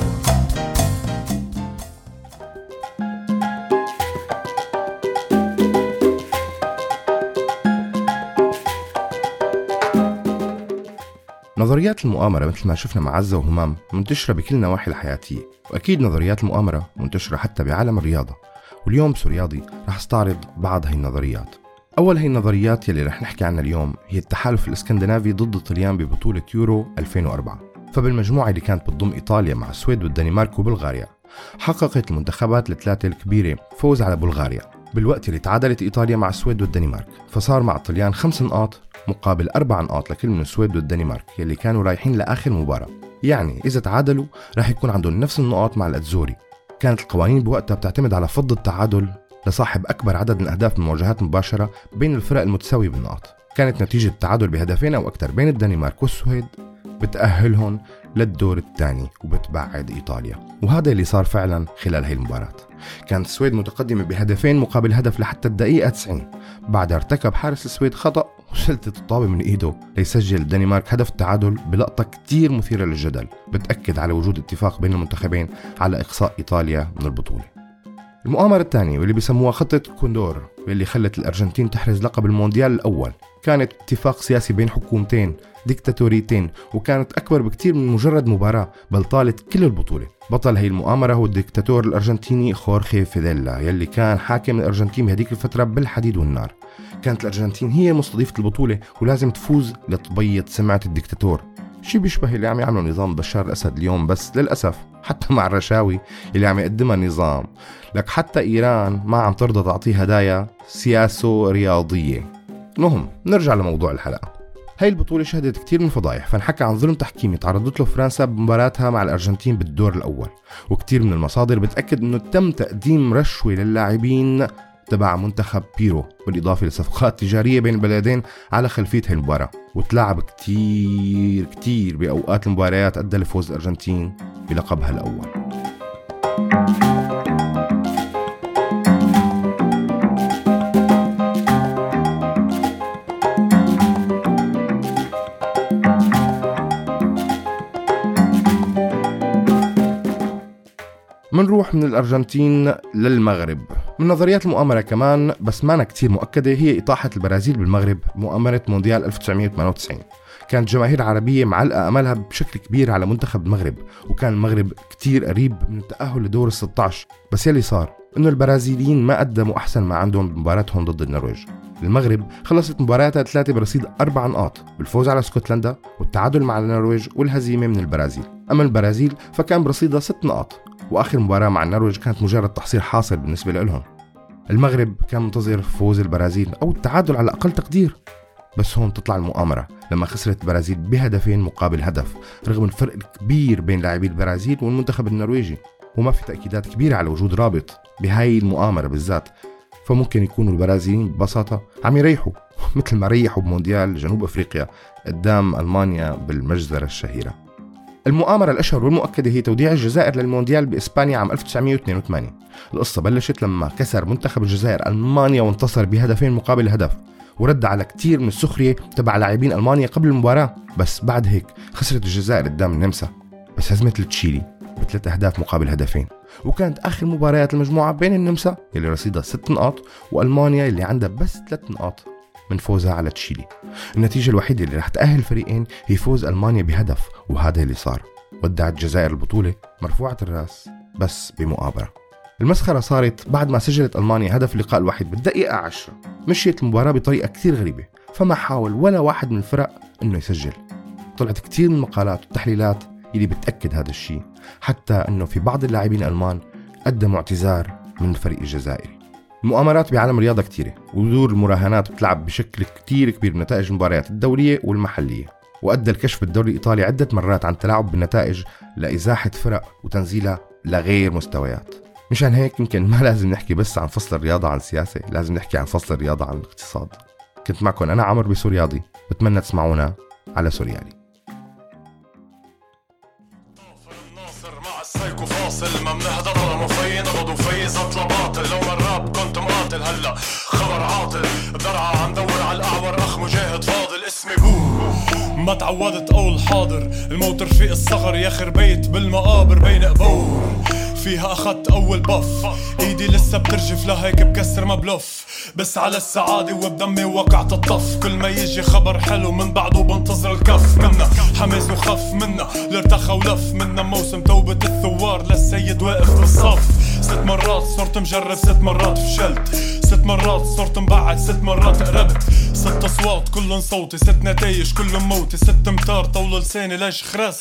نظريات المؤامرة مثل ما شفنا مع عزة وهمام منتشرة بكل نواحي الحياتية، وأكيد نظريات المؤامرة منتشرة حتى بعالم الرياضة. واليوم بسورياضي رح استعرض بعض هاي النظريات. أول هاي النظريات يلي رح نحكي عنها اليوم هي التحالف الإسكندنافي ضد الطليان ببطولة يورو ألفين وأربعة. فبالمجموعة اللي كانت بتضم إيطاليا مع السويد والدنمارك وبلغاريا، حققت المنتخبات الثلاثة الكبيرة فوز على بلغاريا، بالوقت اللي تعادلت إيطاليا مع السويد والدنمارك. فصار مع الطليان خمس نقاط مقابل أربع نقاط لكل من السويد والدنمارك يلي كانوا رايحين لآخر مباراة. يعني إذا تعادلوا راح يكون عندهم نفس النقاط مع الأتزوري. كانت القوانين بوقتها بتعتمد على فض التعادل لصاحب أكبر عدد من الأهداف من مواجهات مباشرة بين الفرق المتساوية بالنقاط. كانت نتيجة التعادل بهدفين أو أكثر بين الدنمارك والسويد بتأهلهم للدور الثاني وبتبعد إيطاليا، وهذا اللي صار فعلا خلال هاي المباراة. كانت السويد متقدمة بهدفين مقابل هدف لحتى الدقيقة تسعين، بعد ارتكب حارس السويد خطأ وسلتت الطابة من إيده ليسجل الدنمارك هدف التعادل بلقطة كتير مثيرة للجدل بتأكد على وجود اتفاق بين المنتخبين على إقصاء إيطاليا من البطولة. المؤامرة الثانية واللي بيسموها خطة كوندور واللي خلت الأرجنتين تحرز لقب المونديال الأول، كانت اتفاق سياسي بين حكومتين ديكتاتوريتين، وكانت أكبر بكتير من مجرد مباراة بل طالت كل البطولة. بطل هي المؤامرة هو الديكتاتور الأرجنتيني خورخي فيديلا يلي كان حاكم الأرجنتين بهديك الفترة بالحديد والنار. كانت الأرجنتين هي مستضيفة البطولة ولازم تفوز لتبيض سمعة الديكتاتور، شي بيشبه اللي عم يعمله نظام بشار الأسد اليوم، بس للأسف حتى مع الرشاوي اللي عم يقدمها النظام لك حتى إيران ما عم ترضى تعطيه هدايا سياسو رياضية. المهم نرجع لموضوع الحلقة. هاي البطولة شهدت كتير من فضايح، فنحكى عن ظلم تحكيمي تعرضت له فرنسا بمباراتها مع الأرجنتين بالدور الأول، وكتير من المصادر بتأكد أنه تم تقديم رشوة للاعبين تبع منتخب بيرو، بالإضافة لصفقات تجارية بين البلدين على خلفية هاي المباراة. وتلعب كتير كتير بأوقات المباريات أدى لفوز الأرجنتين بلقبها الأول. منروح من الأرجنتين للمغرب. من نظريات المؤامرة كمان بس مانا كتير مؤكدة هي إطاحة البرازيل بالمغرب مؤامرة مونديال ألف وتسعمية وثمانية وتسعين. كانت جماهير عربية معلقة أملها بشكل كبير على منتخب المغرب، وكان المغرب كتير قريب من التأهل لدور الستة عشر. بس يلي صار إنه البرازيليين ما قدموا أحسن ما عندهم بمباراتهم ضد النرويج. المغرب خلصت مباراتها ثلاثة برصيد أربع نقاط بالفوز على اسكتلندا والتعادل مع النرويج والهزيمة من البرازيل. أما البرازيل فكان برصيدها ست نقاط، وآخر مباراة مع النرويج كانت مجرد تحصيل حاصل بالنسبة لهم. المغرب كان منتظر فوز البرازيل أو التعادل على أقل تقدير، بس هون تطلع المؤامرة لما خسرت البرازيل بهدفين مقابل هدف، رغم الفرق الكبير بين لاعبي البرازيل والمنتخب النرويجي، وما في تأكيدات كبيرة على وجود رابط بهاي المؤامرة بالذات. فممكن يكونوا البرازيليين ببساطة عم يريحوا مثل ما ريحوا بمونديال جنوب أفريقيا قدام ألمانيا بالمجزرة الشهيرة. المؤامرة الأشهر والمؤكدة هي توديع الجزائر للمونديال بإسبانيا عام ألف وتسعمية واثنين وثمانين. القصة بلشت لما كسر منتخب الجزائر ألمانيا وانتصر بهدفين مقابل هدف، ورد على كتير من السخرية تبع لاعبين ألمانيا قبل المباراة. بس بعد هيك خسرت الجزائر قدام النمسا، بس هزمت لتشيلي بثلاث أهداف مقابل هدفين. وكانت آخر مباريات المجموعة بين النمسا اللي رصيدها ست نقاط وألمانيا اللي عندها بس ثلاث نقاط من فوزها على تشيلي. النتيجة الوحيدة اللي رح تأهل الفريقين هي فوز ألمانيا بهدف، وهذا اللي صار. ودعت الجزائر البطولة مرفوعة الرأس بس بمؤامرة. المسخرة صارت بعد ما سجلت ألمانيا هدف اللقاء الوحيد بالدقيقة عشرة. مشيت المباراة بطريقة كتير غريبة، فما حاول ولا واحد من الفرق إنه يسجل. طلعت كتير من المقالات والتحليلات اللي بتأكد هذا الشيء، حتى إنه في بعض اللاعبين الألمان قدموا اعتذار من الفريق الجزائري. المؤامرات بعالم الرياضة كتيرة، ودور المراهنات بتلعب بشكل كتير كبير بنتائج المباريات الدولية والمحلية. وأدى الكشف بالدوري الإيطالي عدة مرات عن تلاعب بالنتائج لإزاحة فرق وتنزيلها لغير مستويات. مشان هيك يمكن ما لازم نحكي بس عن فصل الرياضة عن السياسة، لازم نحكي عن فصل الرياضة عن الاقتصاد. كنت معكم أنا عمر بسورياضي، بتمنى تسمعونا على سوريالي. سايكو فاصل ما بنهدر ولا مفي نبض وفي زط لباطل. لو مراب كنت مقاتل هلا خبر عاطل بدرعة عم دور على الأعور أخ مجاهد فاضل. اسمي بو ما تعودت أول حاضر الموت رفيق الصغر ياخر بيت بالمقابر بين قبور فيها أخدت أول بف إيدي لسه بترجف لهيك بكسر ما بلف بس على السعادة وبدمي وقعت الطف. كل ما يجي خبر حلو من بعده بنتظر الكف منا حماس وخف منا لارتخى ولف منا موسم توبة الثوار للسيد واقف بالصف. ست مرات صرت مجرب ست مرات فشلت ست مرات صرت مبعد ست مرات قربت ست أصوات كلن صوتي ست نتايج كلن موتي ست متار طول لساني ليش خرس.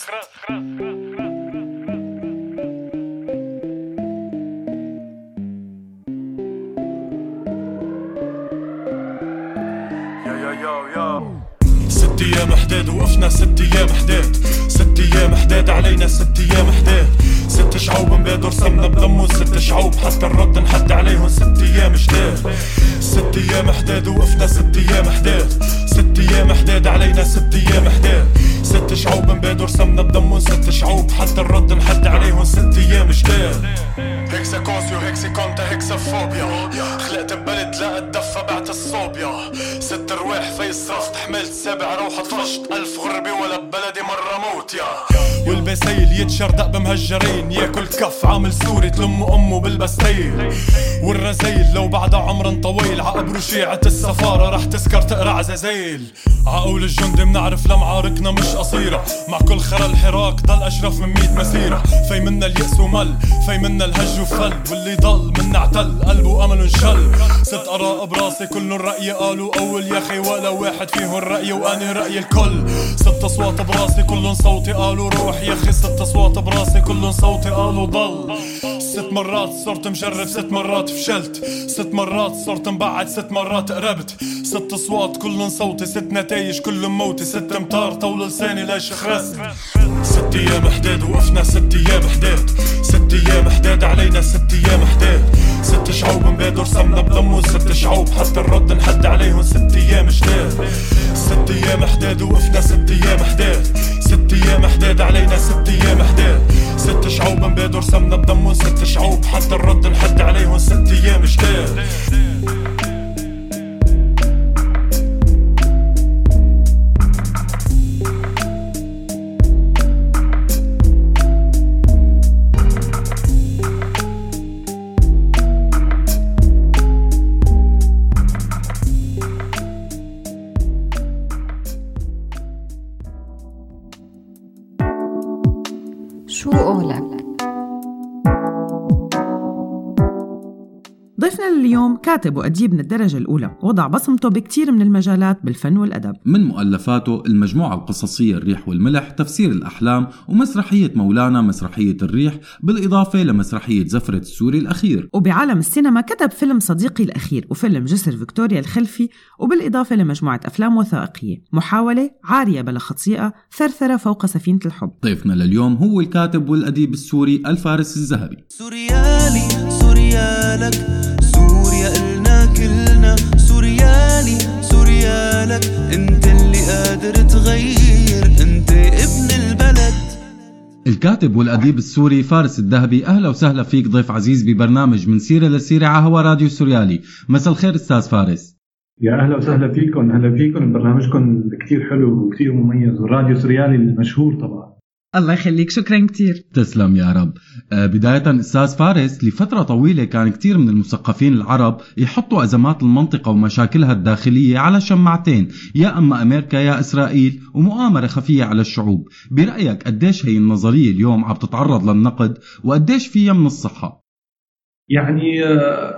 ست ايام حداد وقفنا ست ايام حداد ست ايام حداد علينا ست ايام حداد ست شعوب مبادر صمنا بدمو ست شعوب حتى الرد نحد عليهم ست ايام جداد. ست ايام حداد وقفنا ست ايام حداد ست ايام حداد علينا ست ايام حداد ست شعوب مبادر صمنا بدمو ست شعوب حتى الرد نحد عليهم ست ايام جداد. هيكسا كونسيو هيكسي كونتا هيكسا فوبيا خلقت ببلد لا اتدفى بعت الصوبيا ست رواح في الصرف حملت سابع روحة طفشت ألف غربة ولا ببلدي مرة موت يا. والبسيل يتشردق بمهجرين ياكل كف عامل سوري تلم أمه بالبستيل والرزيل لو بعد عمر طويل عقبرو شيعة السفارة رح تسكر تقرع عزازيل. عقول الجندي منعرف لمعاركنا مش قصيرة مع كل خرا الحراك ضل أشرف من ميت مسيرة. في منا اليأس ومل في منا الهج وفل واللي ضل منا اعتل قلبه أمل انشل. ست أراء براسي كل الرأي قالوا أول يا خي ولا واحد فيهم الرأي وأني رأي الكل. ست أصوات براسي كلن صوتي قالوا روح يا خي ست أصوات براسي كلن صوتي قالوا ضل. ست مرات صرت مجرب ست مرات فشلت ست مرات صرت مبعد ست مرات قربت ست أصوات كلن صوتي ست نتايج كلن موتي ست متار طول لساني ليش خرست. ست ايام حداد وقفنا ست ايام حداد ست ايام حداد علينا ست ايام حداد ست شعوب مبادر صمنا بدمو ست شعوب حتى الرد نحد عليهم ست ايام جداد. ست ايام حداد وقفنا ست ايام حداد ست ايام حداد علينا ست ايام حداد ست شعوب مبادر صمنا بدمو ست شعوب حتى الرد نحد عليهم ست ايام جداد. ضيفنا لليوم كاتب وأديب من الدرجة الأولى، وضع بصمته بكتير من المجالات بالفن والأدب. من مؤلفاته المجموعة القصصية الريح والملح، تفسير الأحلام، ومسرحية مولانا مسرحية الريح، بالإضافة لمسرحية زفرة السوري الأخير. وبعالم السينما كتب فيلم صديقي الأخير وفيلم جسر فيكتوريا الخلفي، وبالإضافة لمجموعة أفلام وثائقية، محاولة، عارية بلا خطيئة، ثرثرة فوق سفينة الحب. ضيفنا لليوم هو الكاتب والأديب السوري الفارس الذهبي. سوريالي سوريالك سوريا إلنا كلنا، سوريالي سوريالك، انت اللي قادر تغير، انت ابن البلد. الكاتب والأديب السوري فارس الذهبي، أهلا وسهلا فيك ضيف عزيز ببرنامج من سيرة لسيرة على هوا راديو سوريالي. مساء الخير أستاذ فارس. يا أهلا وسهلا فيكم. أهلا فيكم، برنامجكم كتير حلو وكتير مميز، والراديو سوريالي المشهور طبعا. الله يخليك، شكرا كتير. تسلم يا رب. آه بداية أستاذ فارس، لفترة طويلة كان كتير من المثقفين العرب يحطوا أزمات المنطقة ومشاكلها الداخلية على شماعتين، يا أما أمريكا يا إسرائيل، ومؤامرة خفية على الشعوب. برأيك قديش هي النظرية اليوم عم تتعرض للنقد، وقديش فيها من الصحة؟ يعني آه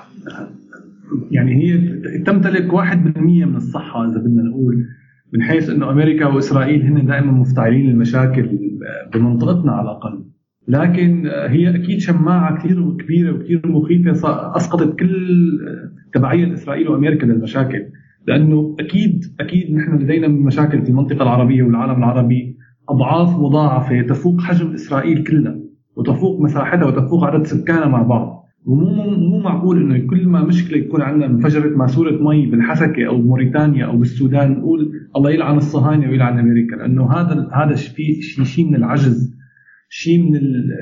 يعني هي تمتلك واحد بالمية من الصحة إذا بدنا نقول، من حيث أنه أمريكا وإسرائيل هن دائما مفتعلين المشاكل بمنطقتنا على الأقل، لكن هي أكيد شماعة كثير كبيرة وكثير مخيفة أسقطت كل تبعية إسرائيل وأمريكا للمشاكل، لأنه أكيد أكيد نحن لدينا مشاكل في المنطقة العربية والعالم العربي أضعاف مضاعفة تفوق حجم إسرائيل كلها، وتفوق مساحتها وتفوق عدد سكانها مع بعض. ومو مو معقول انه كل ما مشكله يكون عندنا انفجرت ماسوره مي بالحسكه او بموريتانيا او بالسودان نقول الله يلعن الصهاينه ويلعن امريكا، لانه هذا هذا شيء شيء من العجز، شيء من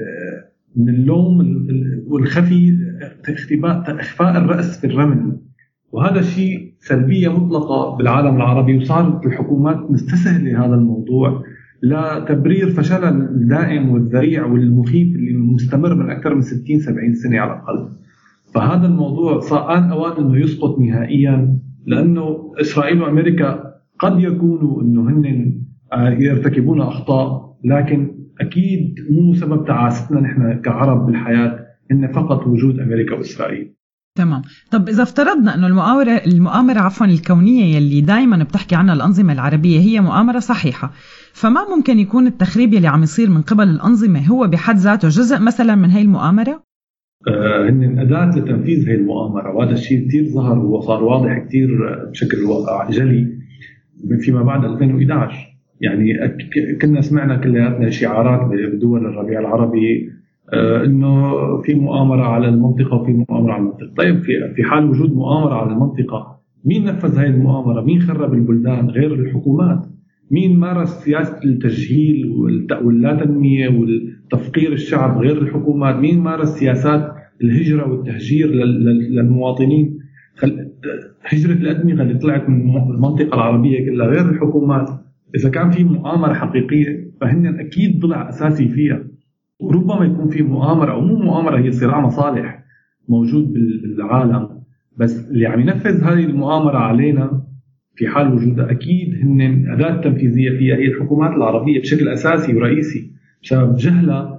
من اللوم والخفي، اختباء اخفاء الراس في الرمل، وهذا شيء سلبيه مطلقه بالعالم العربي، وصارت الحكومات مستسهله هذا الموضوع لتبرير فشلها الدائم والذريع والمخيف اللي مستمر من أكثر من ستين سبعين سنة على الأقل. فهذا الموضوع صار آن أوان أنه يسقط نهائيا، لأنه إسرائيل وأمريكا قد يكونوا أنه هن يرتكبون أخطاء، لكن أكيد مو سبب تعاستنا نحن كعرب بالحياة، إن فقط وجود أمريكا وإسرائيل. تمام. طب إذا افترضنا أنه المؤامرة المؤامرة عفوا الكونية يلي دايما بتحكي عنها الأنظمة العربية هي مؤامرة صحيحة، فما ممكن يكون التخريب يلي عم يصير من قبل الأنظمة هو بحد ذاته جزء مثلا من هاي المؤامرة؟ آه هن أداة لتنفيذ هاي المؤامرة، وهذا الشيء كتير ظهر وصار واضح كتير بشكل جلي فيما بعد ألفين وإحدى عشر. يعني كنا سمعنا كلياتنا شعارات بدول الربيع العربي آه انه في مؤامره على المنطقه وفي مؤامره على المنطقه. طيب في في حال وجود مؤامره على المنطقه، مين نفذ هذه المؤامره؟ مين خرب البلدان غير الحكومات؟ مين مارس سياسه التجهيل واللا تنميه والتفقير الشعب غير الحكومات؟ مين مارس سياسات الهجره والتهجير للمواطنين، هجره الادمغه اللي طلعت من المنطقه العربيه كلها غير الحكومات؟ اذا كان في مؤامره حقيقيه فهن اكيد ضلع اساسي فيها. وربما يكون في مؤامرة أو مو مؤامرة، هي صراع مصالح موجود بالعالم، بس اللي عم ينفذ هذه المؤامرة علينا في حال وجودها أكيد هن أداة تنفيذية فيها هي الحكومات العربية بشكل أساسي ورئيسي، بسبب جهلها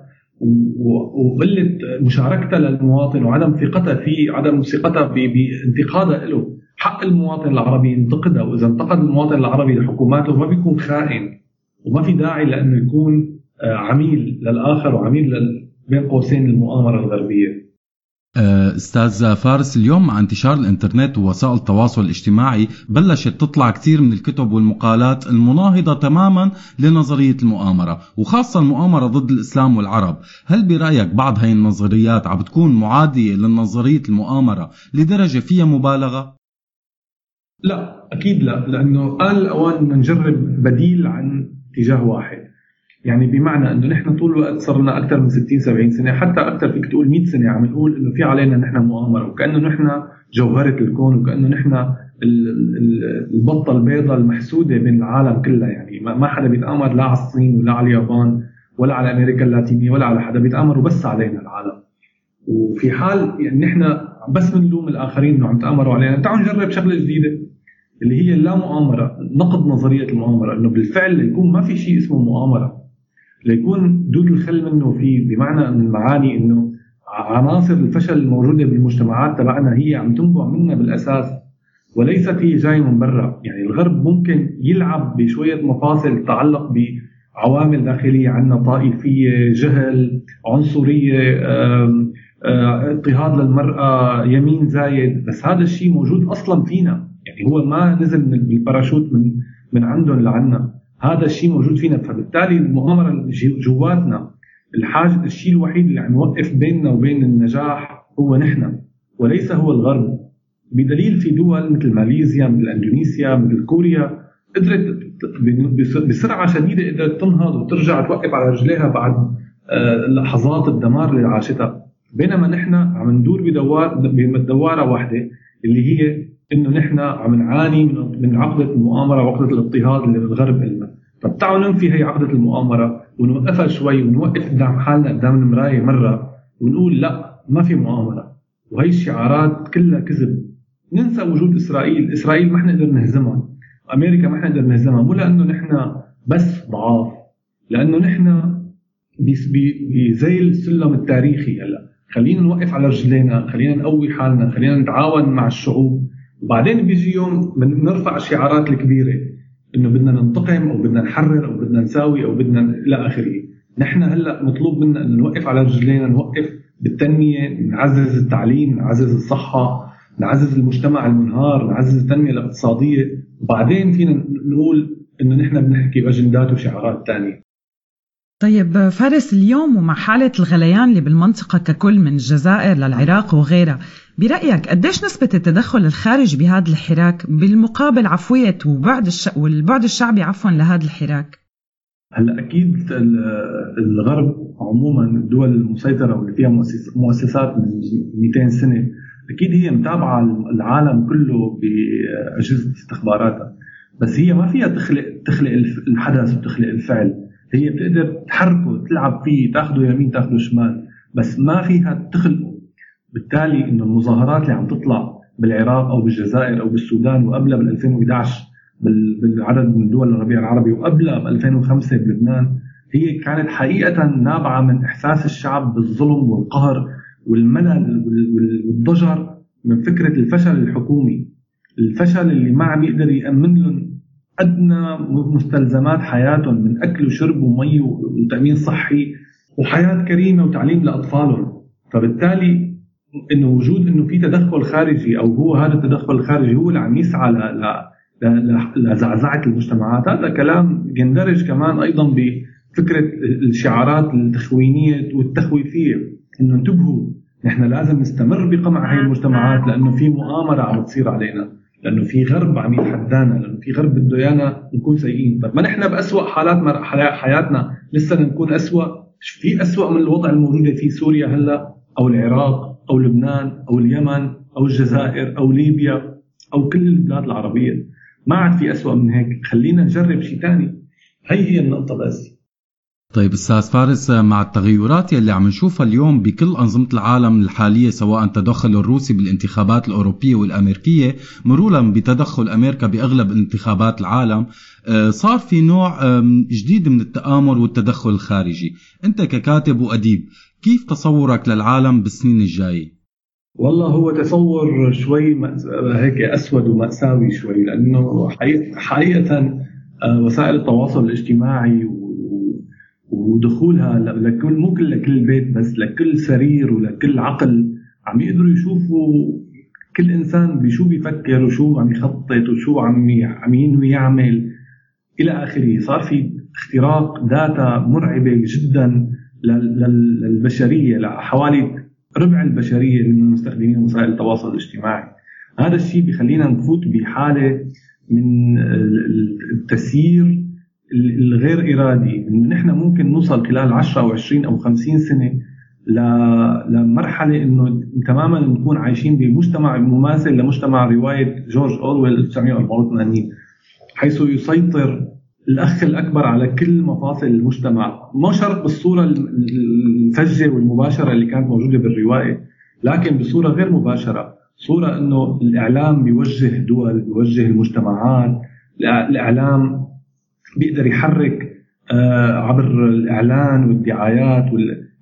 وقلة مشاركتها للمواطن وعدم ثقتها فيه، عدم ثقتها بانتقادها له. حق المواطن العربي ينتقدها، وإذا انتقد المواطن العربي لحكوماته ما بيكون خائن، وما في داعي لأنه يكون عميل للآخر وعميل بين قوسين المؤامرة الغربية. أستاذ فارس، اليوم مع انتشار الإنترنت ووسائل التواصل الاجتماعي بلشت تطلع كثير من الكتب والمقالات المناهضة تماما لنظرية المؤامرة، وخاصة المؤامرة ضد الإسلام والعرب. هل برأيك بعض هاي النظريات عم بتكون معادية لنظرية المؤامرة لدرجة فيها مبالغة؟ لا أكيد لا، لأنه آن الأوان نجرب بديل عن اتجاه واحد. يعني بمعنى انه نحن طول الوقت صار لنا اكثر من ستين سبعين سنه، حتى اكثر فيك تقول مئة سنه عم نقول انه في علينا نحن مؤامره، وكانه نحن جوهره الكون، وكانه نحن البطه البيضاء المحسوده بين العالم كلها. يعني ما حدا بيتآمر لا على الصين ولا على اليابان ولا على امريكا اللاتينيه ولا على حدا، بيتآمروا بس علينا العالم. وفي حال يعني نحن بس بنلوم الاخرين انه عم تآمروا علينا، تعالوا نجرب شغله جديده اللي هي اللا مؤامره، نقد نظريه المؤامره، انه بالفعل يكون ما في شيء اسمه مؤامره، ليكون دود الخل منه فيه، بمعنى أن المعاني أنه عناصر الفشل الموجودة بالمجتمعات تبعنا هي عم تنبع منا بالأساس، وليست هي جاي من برا. يعني الغرب ممكن يلعب بشوية مفاصل تتعلق بعوامل داخلية عنا، طائفية، جهل، عنصرية، اضطهاد للمرأة، يمين زايد، بس هذا الشيء موجود أصلا فينا. يعني هو ما نزل بالباراشوت من من عندهم لعنا، هذا الشيء موجود فينا. فبالتالي المؤامرة جواتنا، الحاجة الشيء الوحيد اللي عم يوقف بيننا وبين النجاح هو نحن وليس هو الغرب. بدليل في دول مثل ماليزيا، مثل اندونيسيا، مثل كوريا قدرت بسرعة شديدة قدرت تنهض وترجع توقف على رجليها بعد لحظات الدمار اللي عاشتها، بينما نحن عم ندور بدوار بدوارة واحدة اللي هي إنه نحن عم نعاني من عقدة المؤامرة وعقدة الاضطهاد اللي بالغرب لنا. طب تعالوا ننفي هي عقدة المؤامرة ونوقفها شوي ونوقف قدام حالنا قدام المراية مرة ونقول لا، ما في مؤامرة، وهي الشعارات كلها كذب. ننسى وجود إسرائيل. إسرائيل ما حنقدر نهزمها، أمريكا ما حنقدر نهزمها، مو لأنه نحن بس ضعاف، لأنه نحن بزي السلم التاريخي. هلا خلينا نوقف على رجلينا، خلينا نقوي حالنا، خلينا نتعاون مع الشعوب، وبعدين بيجي يوم نرفع الشعارات الكبيرة إنه بدنا ننتقم أو بدنا نحرر أو بدنا نساوي أو بدنا إلى آخره. نحن هلا مطلوب منا إنه نوقف على رجلينا، نوقف بالتنمية، نعزز التعليم، نعزز الصحة، نعزز المجتمع المنهار، نعزز التنمية الاقتصادية، وبعدين فينا نقول إنه نحن بنحكي بأجندات وشعارات تانية. طيب فارس، اليوم ومع حالة الغليان اللي بالمنطقة ككل من الجزائر للعراق وغيرها، برأيك قديش نسبة التدخل الخارجي بهذا الحراك بالمقابل عفوية وبعد الش... والبعد الشعبي عفوا لهذا الحراك؟ هلا أكيد الغرب عموما الدول المسيطرة واللي فيها مؤسسات من مئتين سنة أكيد هي متابعة العالم كله بأجهزة استخباراتها، بس هي ما فيها تخلق تخلق الحدث وتخلق الفعل. هي بتقدر تحركه، تلعب فيه، تاخده يمين تاخده شمال، بس ما فيها تخلقه. بالتالي إنه المظاهرات اللي عم تطلع بالعراق أو بالجزائر أو بالسودان وقبلها بال ألفين وإحدى عشر بالعدد من دول الربيع العربي وقبلها ب ألفين وخمسة بلبنان، هي كانت حقيقة نابعة من إحساس الشعب بالظلم والقهر والملل والضجر من فكرة الفشل الحكومي، الفشل اللي ما عم يقدر يأمن لهم أدنى مستلزمات حياتهم من أكل وشرب ومي وتأمين صحي وحياة كريمة وتعليم لأطفالهم. فبالتالي إنه وجود إنه في تدخل خارجي أو هو هذا التدخل الخارجي هو اللي عم يسعى لزعزعة المجتمعات، هذا كلام يندرج كمان أيضا بفكرة الشعارات التخوينية والتخويفية، إنه انتبهوا نحن لازم نستمر بقمع هاي المجتمعات لأنه في مؤامرة عم تصير علينا، لأنه في غرب عم يتحدانا، لأنه في غرب بده إيانا نكون سيئين. طب ما نحن بأسوأ حالات حياتنا لسه نكون أسوأ؟ في أسوأ من الوضع الموجود في سوريا هلا أو العراق أو لبنان أو اليمن أو الجزائر أو ليبيا أو كل البلاد العربية؟ ما عاد في أسوأ من هيك. خلينا نجرب شيء تاني، هي هي النقطة بس. طيب أستاذ فارس، مع التغيرات يلي عم نشوفها اليوم بكل أنظمة العالم الحالية، سواء التدخل الروسي بالانتخابات الأوروبية والأمريكية مرورا بتدخل أمريكا بأغلب انتخابات العالم، صار في نوع جديد من التآمر والتدخل الخارجي. أنت ككاتب وأديب كيف تصورك للعالم بالسنين الجاية؟ والله هو تصور شوي هيك أسود ومأساوي شوي، لأنه حقيقة وسائل التواصل الاجتماعي ودخولها لكل مو كل لكل بيت بس لكل سرير ولكل عقل عم يقدروا يشوفوا كل إنسان بشو بيفكر وشو عم يخطط وشو عم عم ينوي يعمل إلى آخره. صار في اختراق داتا مرعبة جدا للبشرية، لحوالي ربع البشرية من مستخدمين وسائل التواصل الاجتماعي. هذا الشيء بيخلينا نفوت بحالة من التسيير الغير إرادي، إنه نحن ممكن نوصل خلال عشرة أو عشرين أو خمسين سنة لمرحلة إنه تماماً نكون عايشين بمجتمع مماثل لمجتمع رواية جورج أورويل ألف وتسعمئة وأربعة وثمانين، حيث يسيطر الأخ الأكبر على كل مفاصل المجتمع، مو شرط بالصورة الفجة والمباشرة اللي كانت موجودة بالرواية، لكن بصورة غير مباشرة، صورة إنه الإعلام بيوجه دول، بيوجه المجتمعات. الإعلام بيقدر يحرك عبر الإعلان والدعايات وال...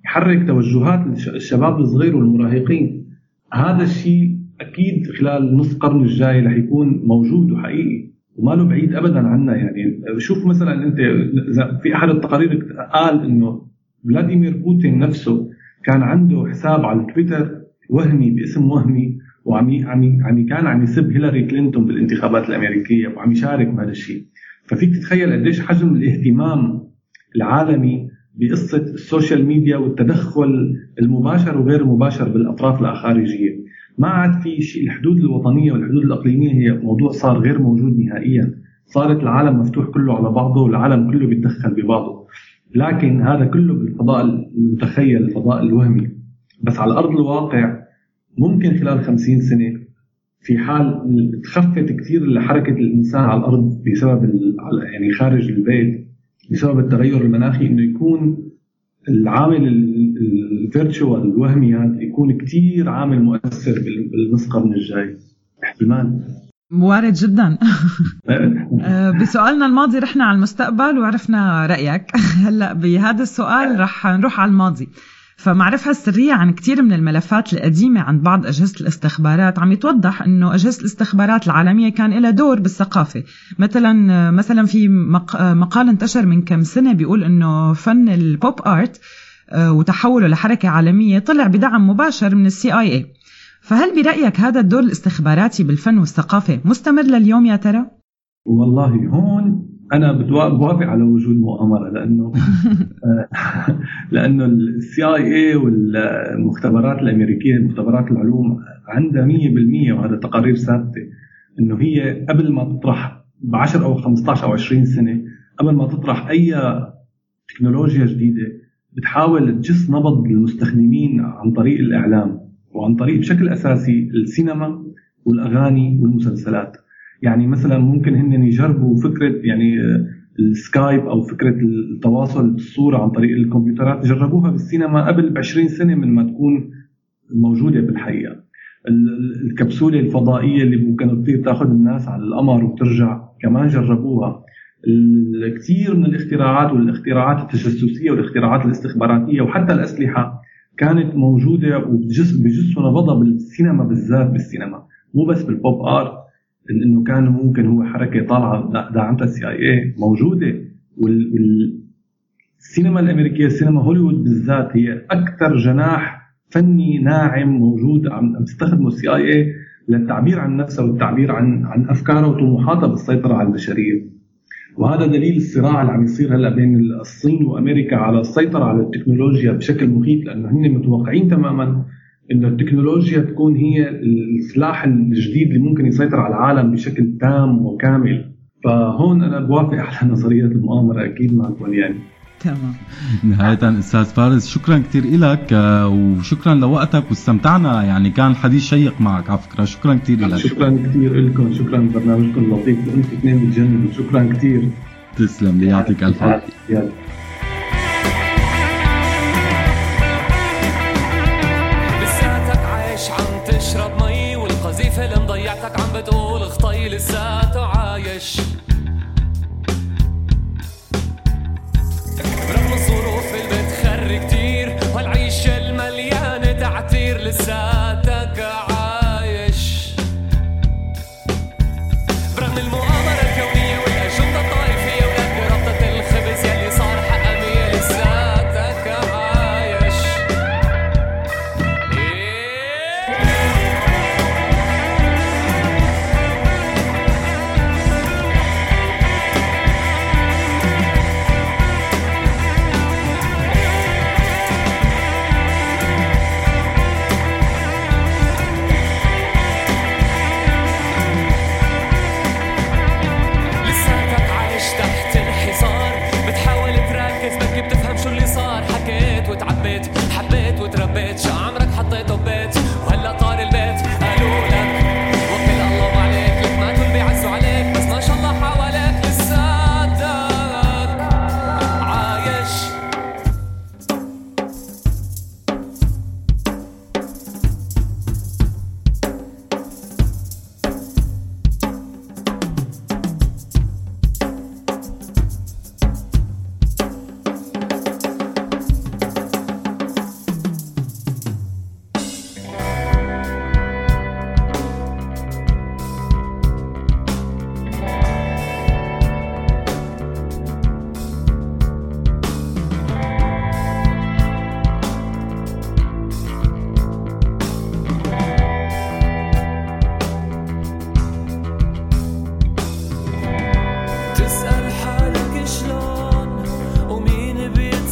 يحرك توجهات الشباب الصغير والمراهقين. هذا الشيء أكيد خلال نصف قرن الجاي رح يكون موجود وحقيقي وما له بعيد أبدا عنا. يعني شوف مثلا أنت في أحد التقارير قال إنه فلاديمير بوتين نفسه كان عنده حساب على تويتر وهمي باسم وهمي، وعم عم عم كان عم يسب هيلاري كلينتون بالانتخابات الأمريكية وعم يشارك بهذا الشيء. ففيك تتخيل قديش حجم الاهتمام العالمي بقصة السوشيال ميديا والتدخل المباشر وغير المباشر بالأطراف الخارجية. ما عاد في شيء. الحدود الوطنية والحدود الإقليمية هي موضوع صار غير موجود نهائيا. صارت العالم مفتوح كله على بعضه والعالم كله بيتدخل ببعضه، لكن هذا كله بالفضاء المتخيل، الفضاء الوهمي. بس على أرض الواقع ممكن خلال خمسين سنة في حال تخفت كثير حركة الإنسان على الأرض بسبب يعني خارج البيت بسبب التغير المناخي، إنه يكون العامل الفيرتشوال الوهمي هذا يكون كتير عامل مؤثر بالنصف قرن الجاي. احتمال وارد جدا. بسؤالنا الماضي رحنا على المستقبل وعرفنا رأيك. هلأ بهذا السؤال رح نروح على الماضي. فمعرفها السرية عن كتير من الملفات القديمة عند بعض أجهزة الاستخبارات عم يتوضح أنه أجهزة الاستخبارات العالمية كان لها دور بالثقافة. مثلا مثلا في مقال انتشر من كم سنة بيقول أنه فن البوب آرت وتحوله لحركة عالمية طلع بدعم مباشر من السي آي اي. فهل برأيك هذا الدور الاستخباراتي بالفن والثقافة مستمر لليوم يا ترى؟ والله هون أنا بوافق على وجود مؤامرة، لأنه لأنه السي آي اي والمختبرات الأمريكية، مختبرات العلوم، عندها مية بالمية، وهذا تقارير ثابتة، إنه هي قبل ما تطرح بعشر أو خمسة عشر أو عشرين سنة، قبل ما تطرح أي تكنولوجيا جديدة بتحاول تجس نبض المستخدمين عن طريق الإعلام، وعن طريق بشكل أساسي السينما والأغاني والمسلسلات. يعني مثلا ممكن هن يجربوا فكرة يعني السكايب أو فكرة التواصل بالصورة عن طريق الكمبيوترات، جربوها بالسينما قبل بعشرين سنة من ما تكون موجودة بالحقيقة. الكبسولة الفضائية اللي ممكن تطير تأخذ الناس على القمر وترجع كمان جربوها. الكثير من الاختراعات والاختراعات التجسسية والاختراعات الاستخباراتية وحتى الأسلحة كانت موجودة وبجسوا نبضها بالسينما، بالذات بالسينما، مو بس بالبوب آرت، إنه كان ممكن هو حركة طالعة دعمتها السي آي اي موجودة. والسينما الأمريكية، السينما هوليوود بالذات، هي أكثر جناح فني ناعم موجود عم تستخدمه السي آي اي للتعبير عن نفسه والتعبير عن عن أفكاره وطموحاته بالسيطرة على البشرية. وهذا دليل الصراع اللي عم يصير هلا بين الصين وأمريكا على السيطرة على التكنولوجيا بشكل مخيف، لأنه هن متوقعين تماما إنه التكنولوجيا تكون هي السلاح الجديد اللي ممكن يسيطر على العالم بشكل تام وكامل. فهون أنا بوافق على نظرية المؤامرة أكيد معكم يعني. تمام. نهاية أستاذ فارس، شكرا كتير إلك وشكرا لوقتك واستمتعنا، يعني كان حديث شيق معك على فكرة. شكرا كتير لك. شكرا كتير لكم، شكرا لبرنامجكم اللطيف، وأنتم اثنين بتجننوا. شكرا كتير. تسلم لي، يعطيك ألف عافية. تشرب مي والقذيفة اللي مضيعتك عم بتقول اخطي لساته عايش، رغم الظروف اللي بتخري كتير والعيشة المليانة تعتير لساتك عايش، برغم المؤامرة الكونية والأجندة الطائفية ولك ربطة الخبز يلي صار حق أمية لساتك عايش.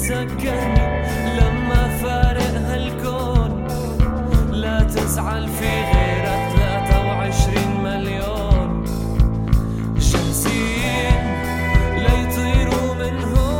تذكرني لما فارق هالكون، لا تزعل في غيرك ثلاثة وعشرين مليون شمسين ليطيروا من هون.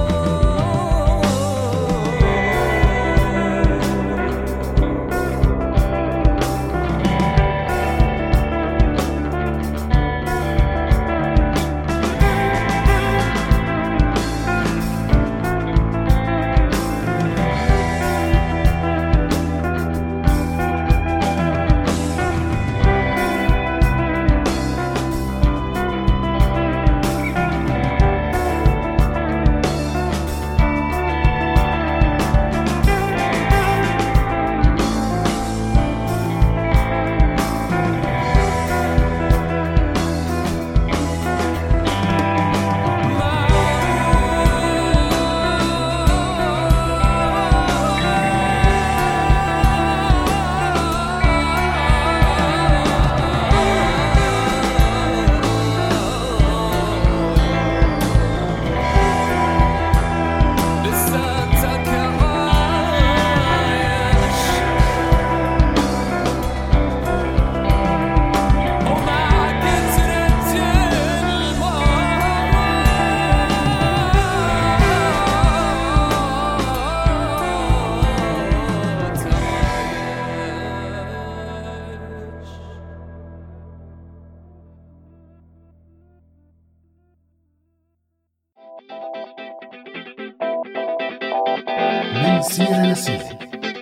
من سيرة لسيرة.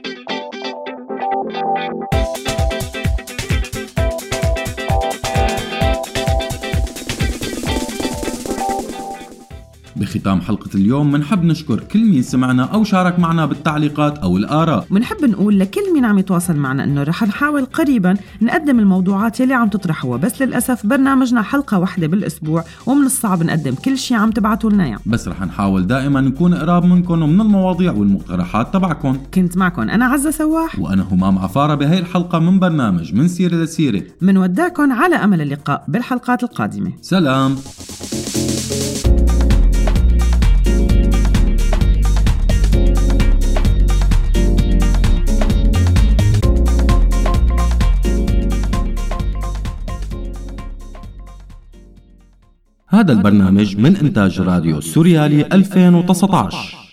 بختام حلقة اليوم منحب نشكر كل مين سمعنا أو شارك معنا بالتعليقات أو الآراء. منحب نقول لكل مين عم يتواصل معنا إنه رح نحاول قريبا نقدم الموضوعات يلي عم تطرحوها، بس للأسف برنامجنا حلقة واحدة بالأسبوع ومن الصعب نقدم كل شي عم تبعتوا لنا يعني. بس رح نحاول دائما نكون قراب منكم ومن المواضيع والمقترحات تبعكم. كنت معكم أنا عزة سواح وأنا همام عفارة بهاي الحلقة من برنامج من سيرة لسيرة. منودعكم على أمل اللقاء بالحلقات القادمة. سلام. هذا البرنامج من إنتاج راديو سوريالي ألفين وتسعة عشر.